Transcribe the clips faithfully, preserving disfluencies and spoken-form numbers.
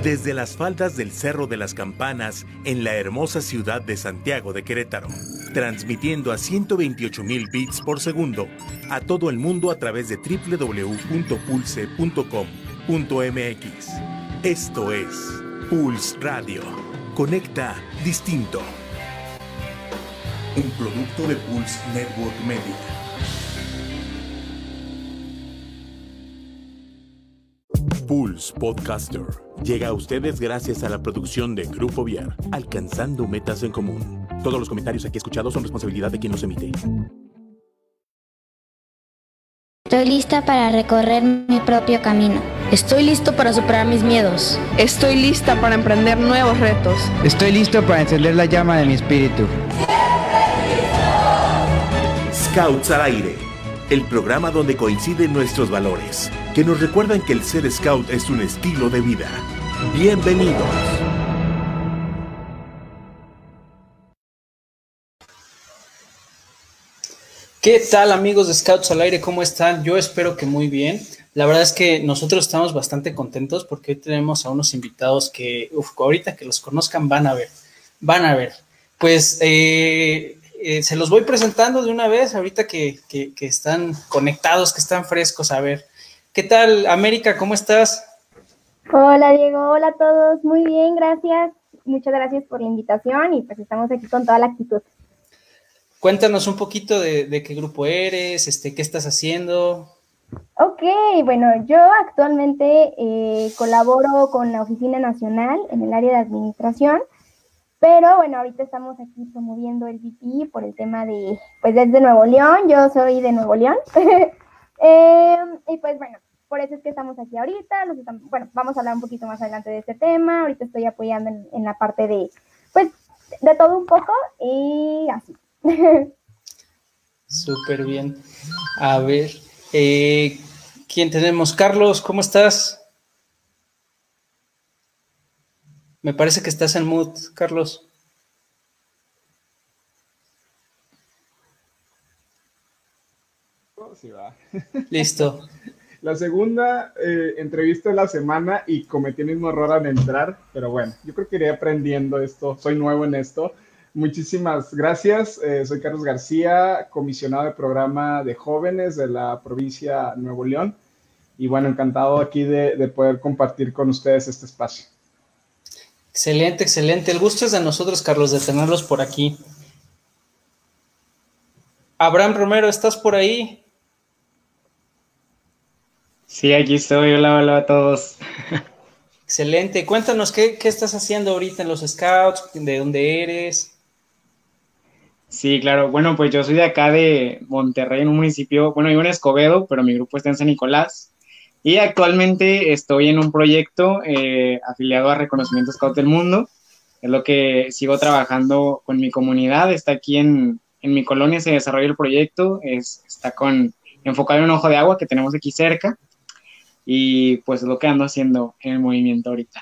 desde las faldas del Cerro de las Campanas en la hermosa ciudad de Santiago de Querétaro, transmitiendo a ciento veintiocho mil bits por segundo a todo el mundo a través de doble u doble u doble u punto pulse punto com punto m x. Esto es Pulse Radio. Conecta distinto. Un producto de Pulse Network Media. Pulse Podcaster llega a ustedes gracias a la producción de Grupo Viar, alcanzando metas en común. Todos los comentarios aquí escuchados son responsabilidad de quien los emite. Estoy lista para recorrer mi propio camino. Estoy listo para superar mis miedos. Estoy lista para emprender nuevos retos. Estoy listo para encender la llama de mi espíritu. Scouts al aire, el programa donde coinciden nuestros valores, que nos recuerdan que el ser scout es un estilo de vida. Bienvenidos. ¿Qué tal, amigos de Scouts al aire? ¿Cómo están? Yo espero que muy bien. La verdad es que nosotros estamos bastante contentos porque hoy tenemos a unos invitados que, uf, ahorita que los conozcan van a ver, van a ver. Pues eh, eh, se los voy presentando de una vez, ahorita que, que, que están conectados, que están frescos. A ver, ¿qué tal, América? ¿Cómo estás? Hola, Diego. Hola a todos. Muy bien, gracias. Muchas gracias por la invitación y pues estamos aquí con toda la actitud. Cuéntanos un poquito de, de qué grupo eres, este, qué estás haciendo. Ok, bueno, yo actualmente eh, colaboro con la Oficina Nacional en el área de administración, pero bueno, ahorita estamos aquí promoviendo el V P por el tema de, pues desde Nuevo León, yo soy de Nuevo León, eh, y pues bueno, por eso es que estamos aquí ahorita, los estamos, bueno, vamos a hablar un poquito más adelante de este tema, ahorita estoy apoyando en, en la parte de, pues, de todo un poco y así. Súper bien. A ver, eh, ¿quién tenemos? Carlos, ¿cómo estás? Me parece que estás en mood, Carlos. Sí, va. Listo. La segunda eh, entrevista de la semana y cometí el mismo error al entrar, pero bueno, yo creo que iré aprendiendo esto, soy nuevo en esto. Muchísimas gracias, eh, soy Carlos García, comisionado de programa de jóvenes de la provincia de Nuevo León, y bueno, encantado aquí de, de poder compartir con ustedes este espacio. Excelente, excelente, el gusto es de nosotros, Carlos, de tenerlos por aquí. Abraham Romero, ¿estás por ahí? Sí, aquí estoy. Hola, hola a todos. Excelente. Cuéntanos, ¿qué, qué estás haciendo ahorita en los Scouts? ¿De dónde eres? Sí, claro. Bueno, pues yo soy de acá de Monterrey, en un municipio, bueno, vivo en Escobedo, pero mi grupo está en San Nicolás. Y actualmente estoy en un proyecto eh, afiliado a Reconocimiento Scout del Mundo. Es lo que sigo trabajando con mi comunidad. Está aquí en, en mi colonia, se desarrolla el proyecto. Es, está con, enfocado en un ojo de agua que tenemos aquí cerca. Y pues es lo que ando haciendo en el movimiento ahorita.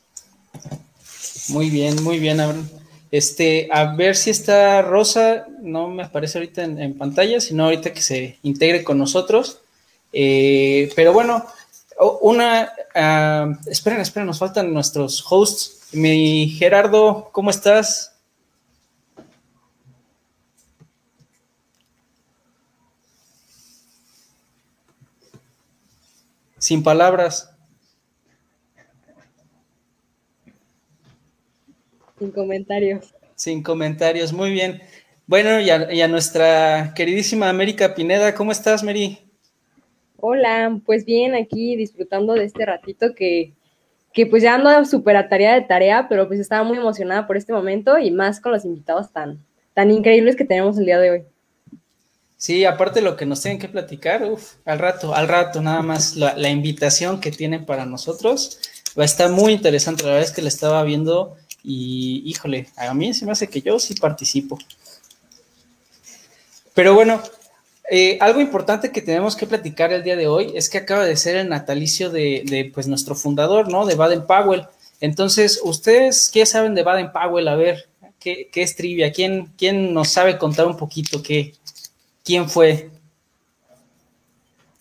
Muy bien, muy bien, Abraham. Este, a ver si está Rosa, no me aparece ahorita en, en pantalla, sino ahorita que se integre con nosotros. Eh, pero bueno, una, uh, esperen, esperen, nos faltan nuestros hosts. Mi Gerardo, ¿cómo estás? Sin palabras. Sin comentarios. Sin comentarios, muy bien. Bueno, y a, y a nuestra queridísima América Pineda, ¿cómo estás, Mary? Hola, pues bien, aquí disfrutando de este ratito que, que pues ya ando súper a tarea de tarea, pero pues estaba muy emocionada por este momento y más con los invitados tan, tan increíbles que tenemos el día de hoy. Sí, aparte de lo que nos tienen que platicar, uf, al rato, al rato, nada más la, la invitación que tienen para nosotros va a estar muy interesante. La verdad es que la estaba viendo y, híjole, a mí se me hace que yo sí participo. Pero bueno, eh, algo importante que tenemos que platicar el día de hoy es que acaba de ser el natalicio de, de pues, nuestro fundador, ¿no? De Baden-Powell. Entonces, ¿ustedes qué saben de Baden-Powell? A ver, ¿qué, qué es trivia? ¿Quién, quién nos sabe contar un poquito qué, quién fue?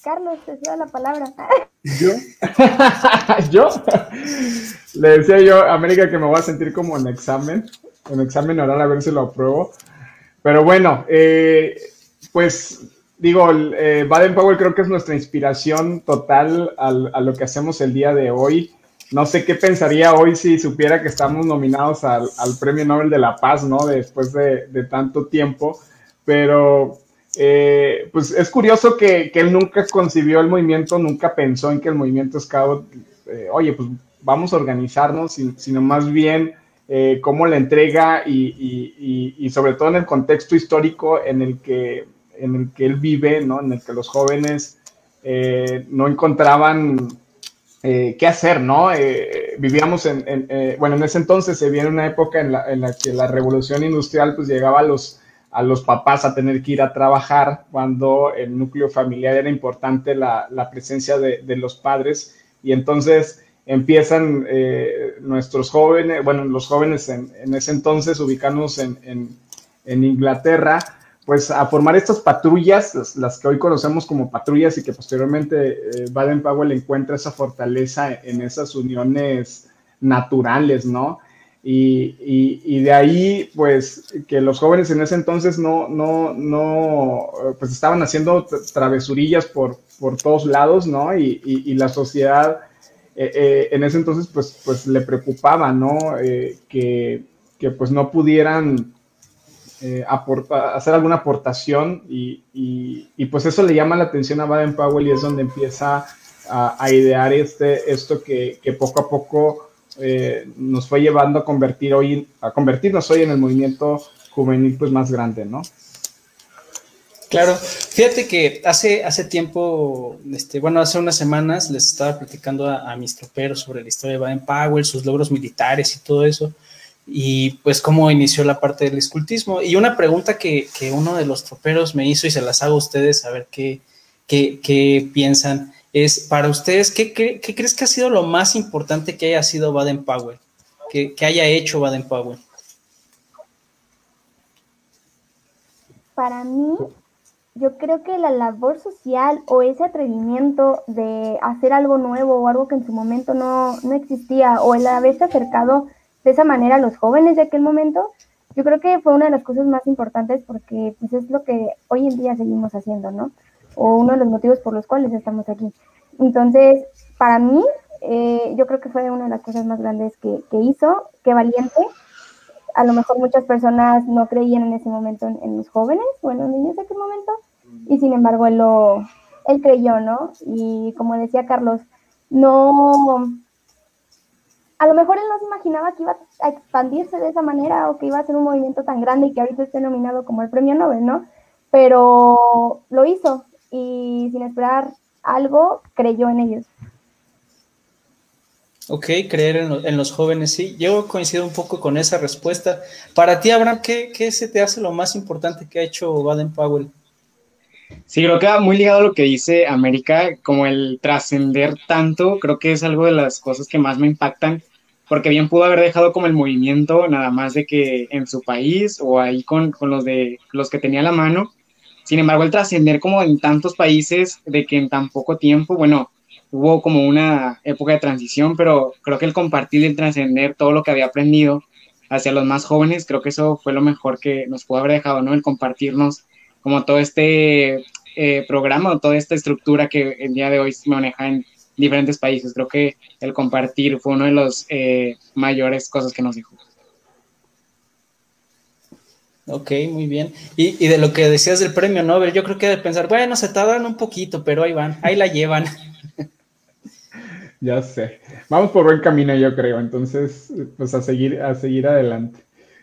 Carlos, te cedo la palabra. ¿Yo? ¿Yo? Le decía yo a América que me voy a sentir como en examen, en examen oral, a ver si lo apruebo. Pero bueno, eh, pues digo, eh, Baden-Powell creo que es nuestra inspiración total al, a lo que hacemos el día de hoy. No sé qué pensaría hoy si supiera que estamos nominados al, al Premio Nobel de la Paz, ¿no? Después de, de tanto tiempo, pero eh, pues es curioso que, que él nunca concibió el movimiento, nunca pensó en que el movimiento Scout, eh, oye, pues vamos a organizarnos, sino más bien eh, cómo la entrega y, y, y, y sobre todo en el contexto histórico en el que, en el que él vive, ¿no? En el que los jóvenes eh, no encontraban eh, qué hacer, ¿no? Eh, vivíamos en, en eh, bueno, en ese entonces se viene una época en la, en la que la revolución industrial pues llegaba a los a los papás a tener que ir a trabajar cuando el núcleo familiar era importante la, la presencia de, de los padres, y entonces empiezan eh, nuestros jóvenes, bueno, los jóvenes en, en ese entonces ubicarnos en, en, en Inglaterra, pues a formar estas patrullas, las, las que hoy conocemos como patrullas y que posteriormente eh, Baden-Powell encuentra esa fortaleza en esas uniones naturales, ¿no? Y, y, y de ahí, pues, que los jóvenes en ese entonces no, no, no, pues estaban haciendo travesurillas por, por todos lados, ¿no? Y, y, y la sociedad eh, eh, en ese entonces, pues, pues le preocupaba, ¿no? Eh, que, que, pues, no pudieran eh, aporta, hacer alguna aportación y, y, y, pues, eso le llama la atención a Baden-Powell y es donde empieza a, a idear este, esto que, que poco a poco Eh, nos fue llevando a convertir hoy, a convertirnos hoy en el movimiento juvenil pues más grande, ¿no? Claro, fíjate que hace, hace tiempo, este, bueno, hace unas semanas les estaba platicando a, a mis troperos sobre la historia de Baden-Powell, sus logros militares y todo eso, y pues cómo inició la parte del escultismo. Y una pregunta que, que uno de los troperos me hizo y se las hago a ustedes a ver qué, qué, qué piensan. Es, para ustedes, ¿qué, qué, ¿qué crees que ha sido lo más importante que haya sido Baden-Powell? Que, que haya hecho Baden-Powell. Para mí, yo creo que la labor social o ese atrevimiento de hacer algo nuevo o algo que en su momento no, no existía, o el haberse acercado de esa manera a los jóvenes de aquel momento, yo creo que fue una de las cosas más importantes porque pues, es lo que hoy en día seguimos haciendo, ¿no? O uno de los motivos por los cuales estamos aquí. Entonces, para mí, eh, yo creo que fue una de las cosas más grandes que, que hizo, qué valiente. A lo mejor muchas personas no creían en ese momento en, en los jóvenes o en los niños de aquel momento, y sin embargo él, lo, él creyó, ¿no? Y como decía Carlos, no... A lo mejor él no se imaginaba que iba a expandirse de esa manera o que iba a ser un movimiento tan grande y que ahorita esté nominado como el Premio Nobel, ¿no? Pero lo hizo. Y sin esperar algo, creyó en ellos. Ok, creer en, lo, en los jóvenes, sí. Yo coincido un poco con esa respuesta. Para ti, Abraham, ¿qué, qué se te hace lo más importante que ha hecho Baden-Powell? Sí, creo que va muy ligado a lo que dice América, como el trascender tanto, creo que es algo de las cosas que más me impactan, porque bien pudo haber dejado como el movimiento, nada más de que en su país o ahí con, con los, de, los que tenía a la mano. Sin embargo, el trascender como en tantos países, de que en tan poco tiempo, bueno, hubo como una época de transición, pero creo que el compartir y el trascender todo lo que había aprendido hacia los más jóvenes, creo que eso fue lo mejor que nos pudo haber dejado, ¿no? El compartirnos como todo este eh, programa o toda esta estructura que el día de hoy se maneja en diferentes países. Creo que el compartir fue uno de los eh, mayores cosas que nos dejó. Ok, muy bien. Y, y de lo que decías del premio Nobel, yo creo que de pensar, bueno, se tardan un poquito, pero ahí van, ahí la llevan. Ya sé. Vamos por buen camino, yo creo. Entonces, pues a seguir, a seguir adelante.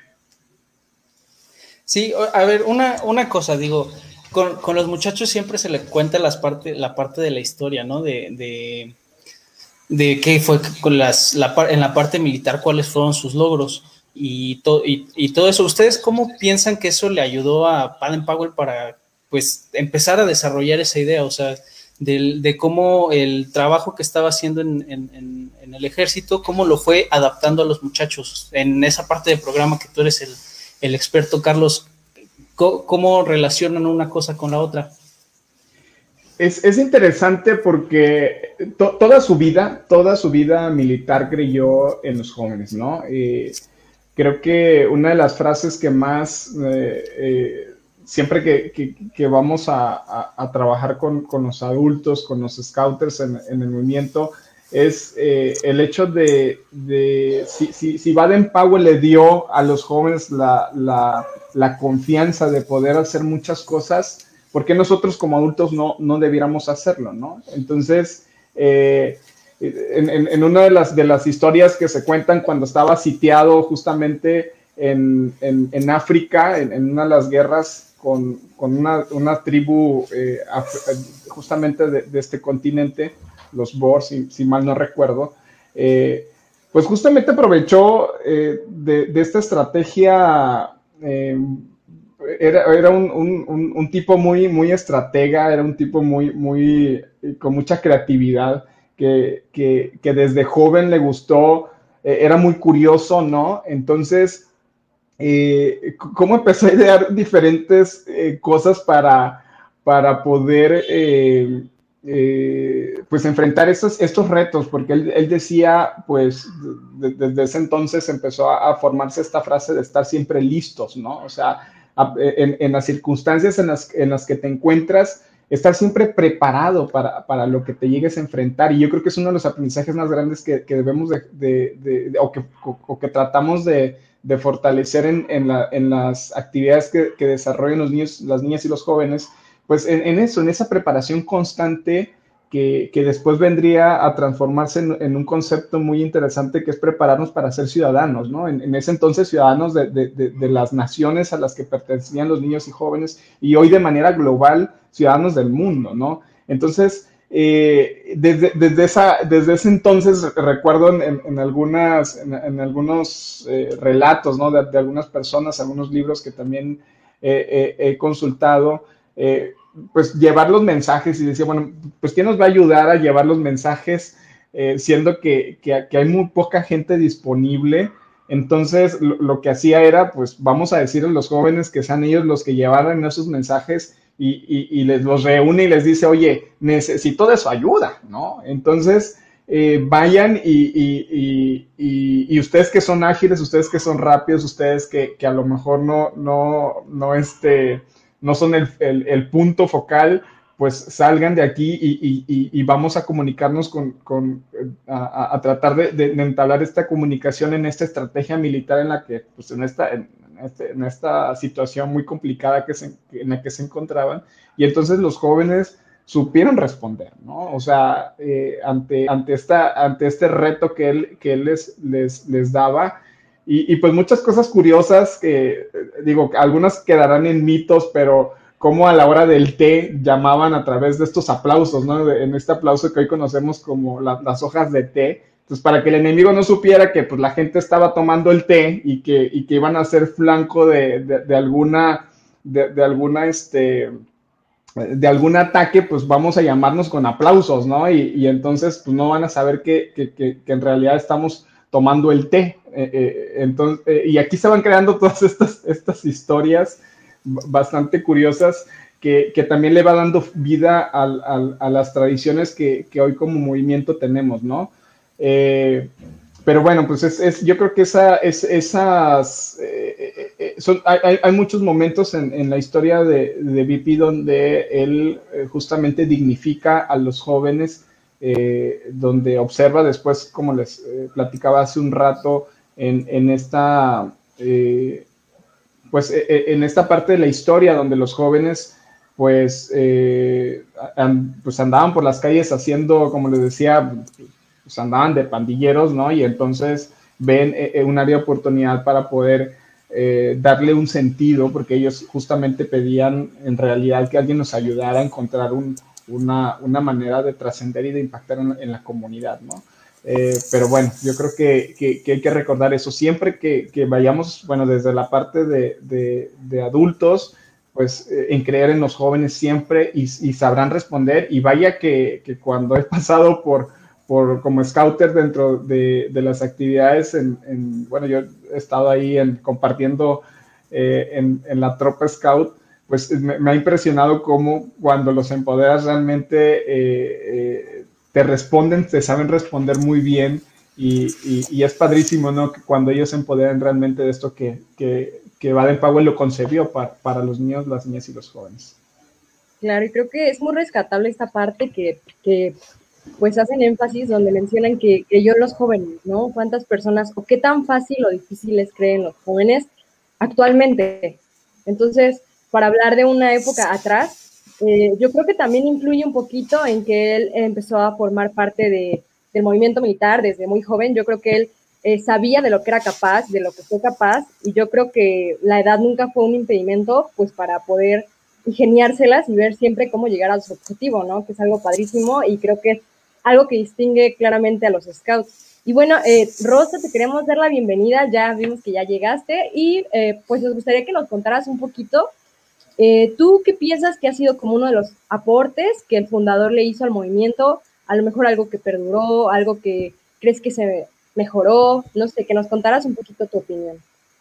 Sí, a ver, una, una cosa, digo, con, con los muchachos siempre se les cuenta las parte, la parte de la historia, ¿no? De, de, de qué fue con las, la, en la parte militar, cuáles fueron sus logros. Y, to, y, y todo eso. ¿Ustedes cómo piensan que eso le ayudó a Baden-Powell para, pues, empezar a desarrollar esa idea? O sea, de, de cómo el trabajo que estaba haciendo en, en, en el ejército, cómo lo fue adaptando a los muchachos en esa parte del programa que tú eres el, el experto, Carlos. ¿Cómo, cómo relacionan una cosa con la otra? es, es interesante porque to, toda su vida, toda su vida militar creyó en los jóvenes, ¿no? Eh, creo que una de las frases que más, eh, eh, siempre que, que, que vamos a, a, a trabajar con, con los adultos, con los scouters en, en el movimiento, es eh, el hecho de, de si, si, si Baden-Powell le dio a los jóvenes la, la, la confianza de poder hacer muchas cosas, ¿por qué nosotros como adultos no, no debiéramos hacerlo, ¿no? Entonces, eh, en, en, en una de las, de las historias que se cuentan cuando estaba sitiado justamente en, en, en África, en, en una de las guerras con, con una, una tribu eh, justamente de, de este continente, los Boer, si, si mal no recuerdo, eh, pues justamente aprovechó eh, de, de esta estrategia, eh, era, era un, un, un tipo muy, muy estratega, era un tipo muy, muy, con mucha creatividad, que, que, que desde joven le gustó, eh, era muy curioso, ¿no? Entonces, eh, ¿cómo empezó a idear diferentes eh, cosas para, para poder... Eh, Eh, pues enfrentar estos, estos retos, porque él, él decía, pues de, de, desde ese entonces empezó a, a formarse esta frase de estar siempre listos, ¿no? O sea, a, en, en las circunstancias en las, en las que te encuentras, estar siempre preparado para, para lo que te llegues a enfrentar, y yo creo que es uno de los aprendizajes más grandes que, que debemos de, de, de, de o, que, o, o que tratamos de, de fortalecer en, en, la, en las actividades que, que desarrollan los niños, las niñas y los jóvenes, pues en, en eso, en esa preparación constante que, que después vendría a transformarse en, en un concepto muy interesante que es prepararnos para ser ciudadanos, ¿no? En, en ese entonces ciudadanos de, de, de, de las naciones a las que pertenecían los niños y jóvenes, y hoy de manera global ciudadanos del mundo, ¿no? Entonces, eh, desde, desde, esa, desde ese entonces recuerdo en, en, en, algunas, en, en algunos eh, relatos, ¿no? De, de algunas personas, algunos libros que también eh, eh, he consultado, eh, pues llevar los mensajes y decir, bueno, pues ¿quién nos va a ayudar a llevar los mensajes eh, siendo que, que, que hay muy poca gente disponible? Entonces lo, lo que hacía era, pues vamos a decir a los jóvenes que sean ellos los que llevaran esos mensajes y, y, y les los reúne y les dice, oye, necesito de su ayuda, ¿no? Entonces eh, vayan y, y, y, y, y ustedes que son ágiles, ustedes que son rápidos, ustedes que, que a lo mejor no, no, no, este... no son el, el, el punto focal, pues salgan de aquí y, y, y vamos a comunicarnos con, con a, a tratar de, de, de entablar esta comunicación en esta estrategia militar en la que, pues en esta, en, este, en esta situación muy complicada que se, en la que se encontraban, y entonces los jóvenes supieron responder, ¿no? O sea, eh, ante, ante, esta, ante este reto que él, que él les, les, les daba. Y, y pues muchas cosas curiosas que, digo, algunas quedarán en mitos, pero como a la hora del té llamaban a través de estos aplausos, ¿no? De, en este aplauso que hoy conocemos como la, las hojas de té. Entonces, para que el enemigo no supiera que pues la gente estaba tomando el té y que, y que iban a ser flanco de, de, de alguna, de, de alguna, este, de algún ataque, pues vamos a llamarnos con aplausos, ¿no? Y, y entonces, pues no van a saber que, que, que, que en realidad estamos tomando el té. Eh, eh, entonces, eh, y aquí se van creando todas estas, estas historias bastante curiosas que, que también le va dando vida al, al, a las tradiciones que, que hoy como movimiento tenemos, ¿no? Eh, pero bueno, pues es, es, yo creo que esa, es, esas, eh, eh, son, hay, hay muchos momentos en, en la historia de, de V P donde él eh, justamente dignifica a los jóvenes, eh, donde observa después, como les eh, platicaba hace un rato, en, en esta... Eh, pues en esta parte de la historia donde los jóvenes pues, eh, and, pues andaban por las calles haciendo, como les decía, pues andaban de pandilleros, ¿no? Y entonces ven eh, un área de oportunidad para poder eh, darle un sentido, porque ellos justamente pedían en realidad que alguien nos ayudara a encontrar un, una, una manera de trascender y de impactar en, en la comunidad, ¿no? Eh, pero bueno, yo creo que, que, que hay que recordar eso. Siempre que, que vayamos, bueno, desde la parte de, de, de adultos, pues eh, en creer en los jóvenes siempre y, y sabrán responder. Y vaya que, que cuando he pasado por, por como scouter dentro de, de las actividades, en, en, bueno, yo he estado ahí en, compartiendo eh, en, en la tropa scout, pues me, me ha impresionado cómo cuando los empoderas realmente eh, eh, te responden, te saben responder muy bien y, y, y es padrísimo, ¿no? Que cuando ellos se empoderan realmente de esto que, que, que Baden-Powell lo concebió para, para los niños, las niñas y los jóvenes. Claro, y creo que es muy rescatable esta parte que, que pues hacen énfasis donde mencionan que, que yo los jóvenes, ¿no? ¿Cuántas personas o qué tan fácil o difícil les creen los jóvenes actualmente? Entonces, para hablar de una época atrás, eh, yo creo que también influye un poquito en que él empezó a formar parte de, del movimiento militar desde muy joven. Yo creo que él eh, sabía de lo que era capaz, de lo que fue capaz, y yo creo que la edad nunca fue un impedimento, pues, para poder ingeniárselas y ver siempre cómo llegar a su objetivo, ¿no? Que es algo padrísimo y creo que es algo que distingue claramente a los scouts. Y bueno, eh, Rosa, te queremos dar la bienvenida, ya vimos que ya llegaste y eh, pues nos gustaría que nos contaras un poquito, eh, ¿tú qué piensas que ha sido como uno de los aportes que el fundador le hizo al movimiento? A lo mejor algo que perduró, algo que crees que se mejoró, no sé, que nos contaras un poquito tu opinión.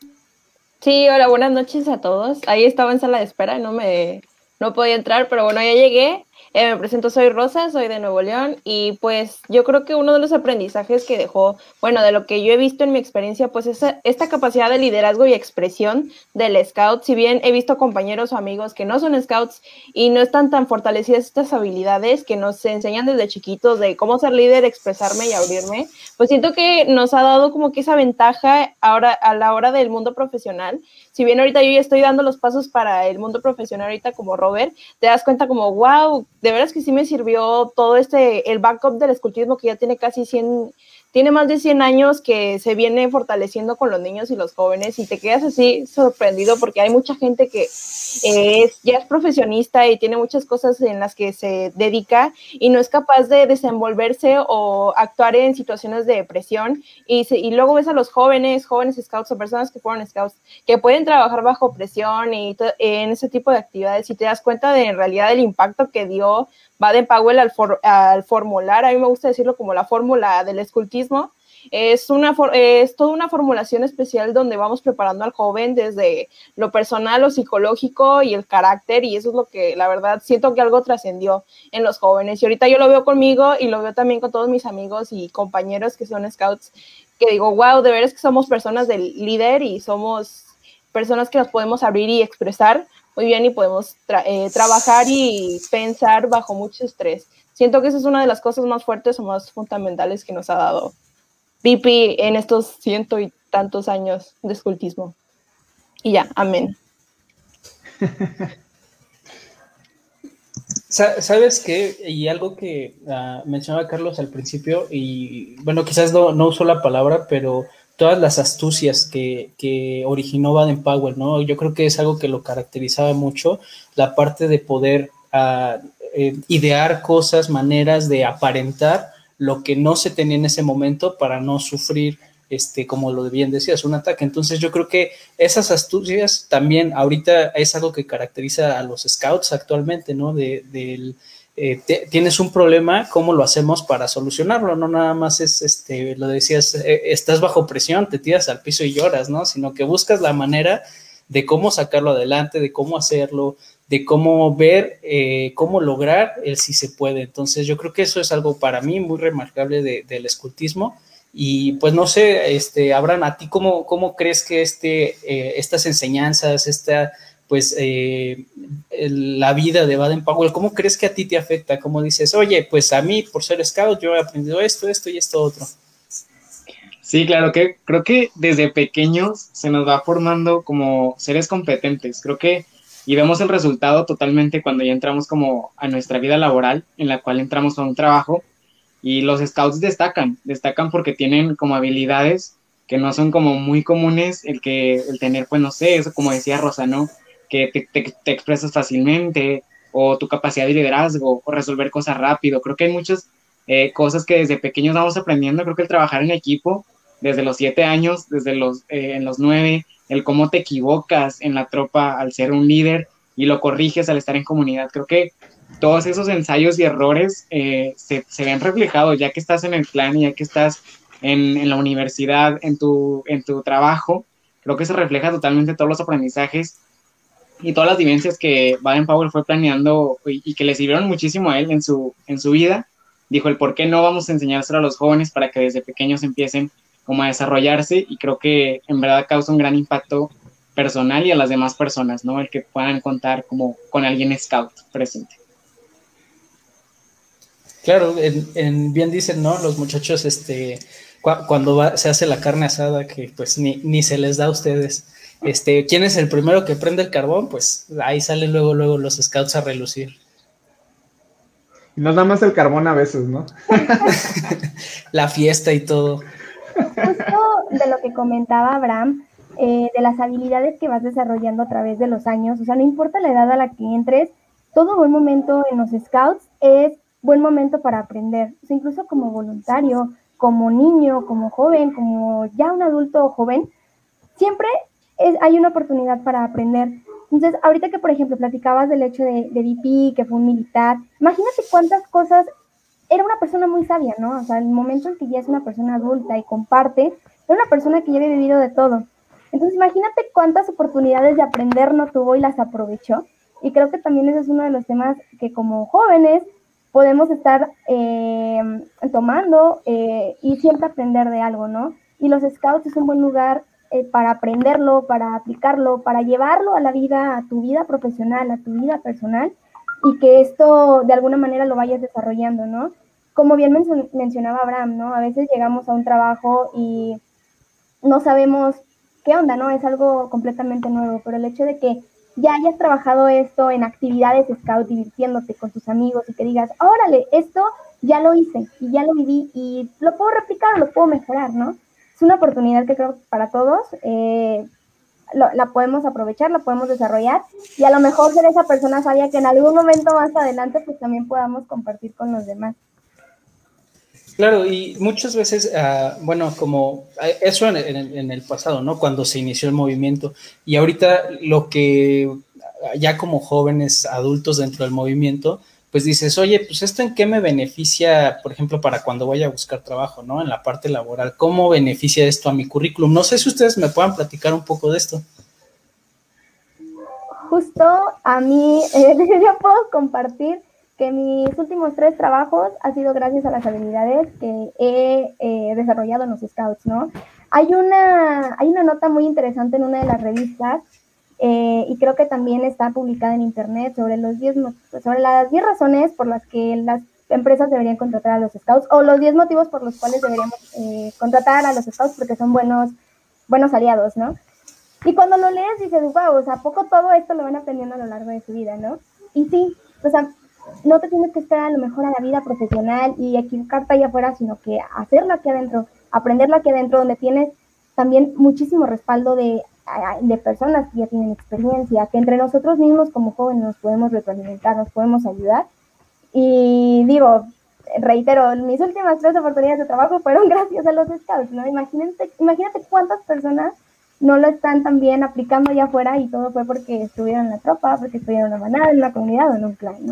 Sí, hola, buenas noches a todos. Ahí estaba en sala de espera, no me no podía entrar, pero bueno, ya llegué. Eh, me presento, soy Rosa, soy de Nuevo León y pues yo creo que uno de los aprendizajes que dejó, bueno, de lo que yo he visto en mi experiencia, pues es esta capacidad de liderazgo y expresión del scout. Si bien he visto compañeros o amigos que no son scouts y no están tan fortalecidas estas habilidades que nos enseñan desde chiquitos de cómo ser líder, expresarme y abrirme, pues siento que nos ha dado como que esa ventaja ahora a la hora del mundo profesional. Si bien ahorita yo ya estoy dando los pasos para el mundo profesional ahorita como Robert, te das cuenta como, wow, de veras que sí me sirvió todo este, el backup del escultismo que ya tiene casi cien, tiene más de cien años que se viene fortaleciendo con los niños y los jóvenes y te quedas así sorprendido porque hay mucha gente que eh, es, ya es profesionista y tiene muchas cosas en las que se dedica y no es capaz de desenvolverse o actuar en situaciones de presión y, se, y luego ves a los jóvenes, jóvenes scouts o personas que fueron scouts que pueden trabajar bajo presión y en ese tipo de actividades y te das cuenta de en realidad el impacto que dio Baden-Powell al, for, al formular, a mí me gusta decirlo como la fórmula del escultismo, es, una, es toda una formulación especial donde vamos preparando al joven desde lo personal, lo psicológico y el carácter y eso es lo que la verdad siento que algo trascendió en los jóvenes y ahorita yo lo veo conmigo y lo veo también con todos mis amigos y compañeros que son scouts, que digo, wow, de veras que somos personas del líder y somos personas que nos podemos abrir y expresar muy bien y podemos tra eh, trabajar y pensar bajo mucho estrés. Siento que esa es una de las cosas más fuertes o más fundamentales que nos ha dado B P en estos ciento y tantos años de escultismo. Y ya, amén. ¿Sabes qué? Y algo que uh, mencionaba Carlos al principio, y bueno, quizás no, no usó la palabra, pero todas las astucias que, que originó Baden-Powell, ¿no? Yo creo que es algo que lo caracterizaba mucho, la parte de poder uh, eh, idear cosas, maneras de aparentar lo que no se tenía en ese momento para no sufrir, este, como lo bien decías, un ataque. Entonces yo creo que esas astucias también ahorita es algo que caracteriza a los scouts actualmente, ¿no? De, de, eh, te, tienes un problema, ¿cómo lo hacemos para solucionarlo? No nada más es, este, lo decías, eh, estás bajo presión, te tiras al piso y lloras, ¿no? Sino que buscas la manera de cómo sacarlo adelante, de cómo hacerlo, de cómo ver, eh, cómo lograr el si se puede. Entonces yo creo que eso es algo para mí muy remarcable de, del escultismo. Y pues no sé, este, Abraham, ¿a ti cómo, cómo crees que este, eh, estas enseñanzas, esta, pues, eh, la vida de Baden-Powell, cómo crees que a ti te afecta? ¿Cómo dices, oye, pues a mí, por ser scout, yo he aprendido esto, esto y esto otro? Sí, claro, que creo que desde pequeños se nos va formando como seres competentes. Creo que y vemos el resultado totalmente cuando ya entramos como a nuestra vida laboral, en la cual entramos a un trabajo, y los scouts destacan, destacan porque tienen como habilidades que no son como muy comunes, el que el tener, pues no sé, eso como decía Rosa, ¿no? Que te, te, te expresas fácilmente, o tu capacidad de liderazgo, o resolver cosas rápido. Creo que hay muchas eh, cosas que desde pequeños vamos aprendiendo. Creo que el trabajar en equipo, desde los siete años, desde los, eh, en los nueve, el cómo te equivocas en la tropa al ser un líder y lo corriges al estar en comunidad. Creo que todos esos ensayos y errores eh, se, se ven reflejados ya que estás en el clan y ya que estás en, en la universidad, en tu, en tu trabajo. Creo que se refleja totalmente todos los aprendizajes y todas las vivencias que Baden-Powell fue planeando y, y que le sirvieron muchísimo a él en su, en su vida, dijo el por qué no vamos a enseñárselo a los jóvenes para que desde pequeños empiecen como a desarrollarse, y creo que en verdad causa un gran impacto personal y a las demás personas, ¿no? El que puedan contar como con alguien scout presente. Claro, en, en, bien dicen, ¿no? Los muchachos, este, cu cuando va, se hace la carne asada, que pues ni, ni se les da a ustedes. Este, ¿quién es el primero que prende el carbón? Pues ahí salen luego, luego los scouts a relucir. Y no nada más el carbón a veces, ¿no? La fiesta y todo. Justo de lo que comentaba Abraham, eh, de las habilidades que vas desarrollando a través de los años, o sea, no importa la edad a la que entres, todo buen momento en los scouts es buen momento para aprender, o sea, incluso como voluntario, como niño, como joven, como ya un adulto joven, siempre es, hay una oportunidad para aprender. Entonces, ahorita que, por ejemplo, platicabas del hecho de, de V P, que fue un militar, imagínate cuántas cosas, era una persona muy sabia, ¿no? O sea, el momento en que ya es una persona adulta y comparte, era una persona que ya había vivido de todo. Entonces, imagínate cuántas oportunidades de aprender no tuvo y las aprovechó. Y creo que también ese es uno de los temas que como jóvenes podemos estar eh, tomando eh, y siempre aprender de algo, ¿no? Y los scouts es un buen lugar eh, para aprenderlo, para aplicarlo, para llevarlo a la vida, a tu vida profesional, a tu vida personal, y que esto de alguna manera lo vayas desarrollando, ¿no? Como bien men mencionaba Abraham, ¿no? A veces llegamos a un trabajo y no sabemos qué onda, ¿no? Es algo completamente nuevo, pero el hecho de que ya hayas trabajado esto en actividades scout, divirtiéndote con tus amigos y que digas, órale, esto ya lo hice y ya lo viví y lo puedo replicar, lo puedo mejorar, ¿no? Es una oportunidad que creo que para todos eh, lo, la podemos aprovechar, la podemos desarrollar y a lo mejor ser esa persona sabia que en algún momento más adelante pues también podamos compartir con los demás. Claro, y muchas veces, uh, bueno, como eso en, en, en el pasado, ¿no? Cuando se inició el movimiento, y ahorita lo que ya como jóvenes adultos dentro del movimiento, pues dices, oye, pues esto en qué me beneficia, por ejemplo, para cuando vaya a buscar trabajo, ¿no? En la parte laboral, ¿cómo beneficia esto a mi currículum? No sé si ustedes me puedan platicar un poco de esto. Justo a mí, eh, yo puedo compartir que mis últimos tres trabajos ha sido gracias a las habilidades que he eh, desarrollado en los scouts, ¿no? Hay una, hay una nota muy interesante en una de las revistas eh, y creo que también está publicada en internet sobre, los diez, sobre las diez razones por las que las empresas deberían contratar a los scouts o los diez motivos por los cuales deberíamos eh, contratar a los scouts porque son buenos, buenos aliados, ¿no? Y cuando lo lees dices, wow, o sea, ¿a poco todo esto lo van aprendiendo a lo largo de su vida, ¿no? Y sí, o sea, no te tienes que esperar a lo mejor a la vida profesional y equivocarte allá afuera, sino que hacerlo aquí adentro, aprenderlo aquí adentro, donde tienes también muchísimo respaldo de, de personas que ya tienen experiencia, que entre nosotros mismos como jóvenes nos podemos retroalimentar, nos podemos ayudar. Y digo, reitero, mis últimas tres oportunidades de trabajo fueron gracias a los scouts, ¿no? Imagínate, imagínate cuántas personas no lo están también aplicando allá afuera y todo fue porque estuvieron en la tropa, porque estuvieron en una manada, en una comunidad o en un clan, ¿no?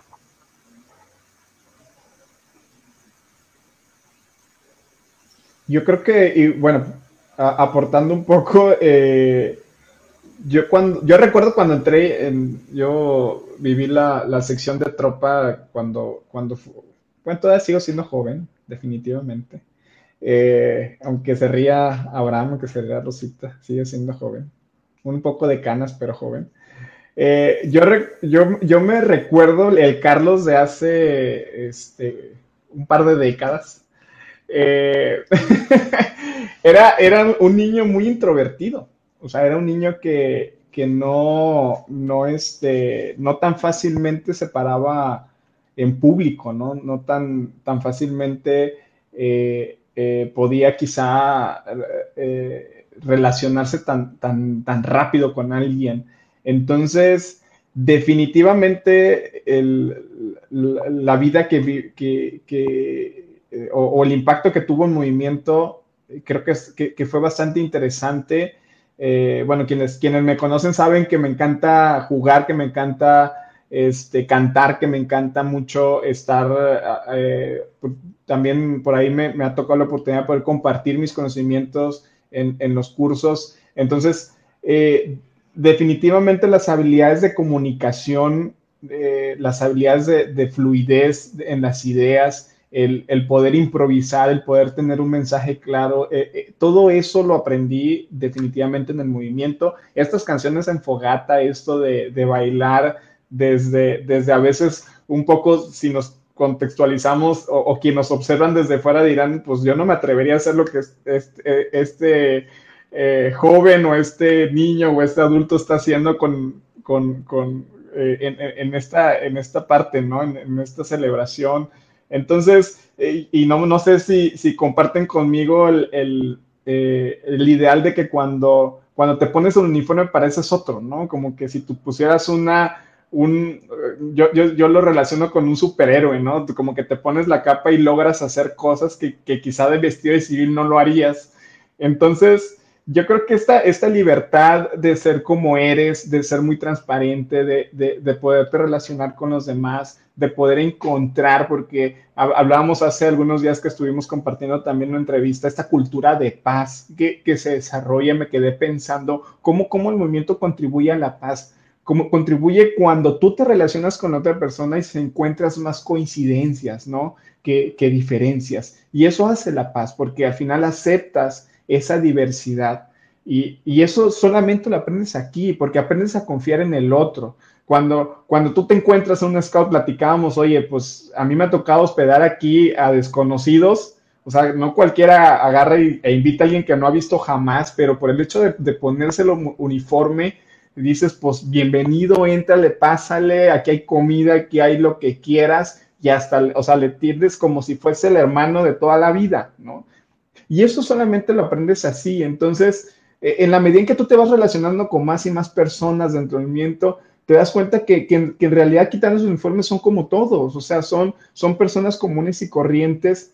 Yo creo que, y bueno, a, aportando un poco, eh, yo cuando yo recuerdo cuando entré, en, yo viví la, la sección de tropa cuando, cuando bueno, todavía sigo siendo joven, definitivamente. Eh, aunque se ría Abraham, aunque se ría Rosita, sigue siendo joven. Un poco de canas, pero joven. Eh, yo, yo, yo me recuerdo el Carlos de hace este, un par de décadas. Eh, era, era un niño muy introvertido, o sea, era un niño que, que no, no, este, no tan fácilmente se paraba en público, no, no tan, tan fácilmente eh, eh, podía quizá eh, relacionarse tan, tan, tan rápido con alguien. Entonces, definitivamente el, la, la vida que, que, que O, o el impacto que tuvo el movimiento, creo que, es, que, que fue bastante interesante. Eh, bueno, quienes, quienes me conocen saben que me encanta jugar, que me encanta este, cantar, que me encanta mucho estar, eh, también por ahí me, me ha tocado la oportunidad de poder compartir mis conocimientos en, en los cursos. Entonces, eh, definitivamente las habilidades de comunicación, eh, las habilidades de, de fluidez en las ideas, el, el poder improvisar, el poder tener un mensaje claro, eh, eh, todo eso lo aprendí definitivamente en el movimiento. Estas canciones en fogata, esto de, de bailar desde, desde a veces un poco, si nos contextualizamos o, o quienes nos observan desde fuera dirán, pues yo no me atrevería a hacer lo que este, este eh, joven o este niño o este adulto está haciendo con, con, con eh, en, en, esta, en esta parte, ¿no? En, en esta celebración. Entonces, eh, y no, no sé si, si comparten conmigo el, el, eh, el ideal de que cuando, cuando te pones un uniforme pareces otro, ¿no? Como que si tú pusieras una... Un, yo, yo, yo lo relaciono con un superhéroe, ¿no? Como que te pones la capa y logras hacer cosas que, que quizá de vestido de civil no lo harías. Entonces, yo creo que esta, esta libertad de ser como eres, de ser muy transparente, de, de, de poderte relacionar con los demás, de poder encontrar, porque hablábamos hace algunos días que estuvimos compartiendo también una entrevista, esta cultura de paz que, que se desarrolla, me quedé pensando cómo, cómo el movimiento contribuye a la paz. Cómo contribuye cuando tú te relacionas con otra persona y se encuentras más coincidencias, ¿no? Que, que diferencias. Y eso hace la paz, porque al final aceptas esa diversidad. Y, y eso solamente lo aprendes aquí, porque aprendes a confiar en el otro. Cuando, cuando tú te encuentras en un scout, platicábamos, oye, pues a mí me ha tocado hospedar aquí a desconocidos. O sea, no cualquiera agarra y, e invita a alguien que no ha visto jamás, pero por el hecho de, de ponérselo uniforme, dices, pues bienvenido, éntrale, pásale, aquí hay comida, aquí hay lo que quieras, y hasta, o sea, le tiendes como si fuese el hermano de toda la vida, ¿no? Y eso solamente lo aprendes así. Entonces, eh, en la medida en que tú te vas relacionando con más y más personas dentro del movimiento, te das cuenta que, que, que en realidad quitando sus uniformes son como todos, o sea, son, son personas comunes y corrientes.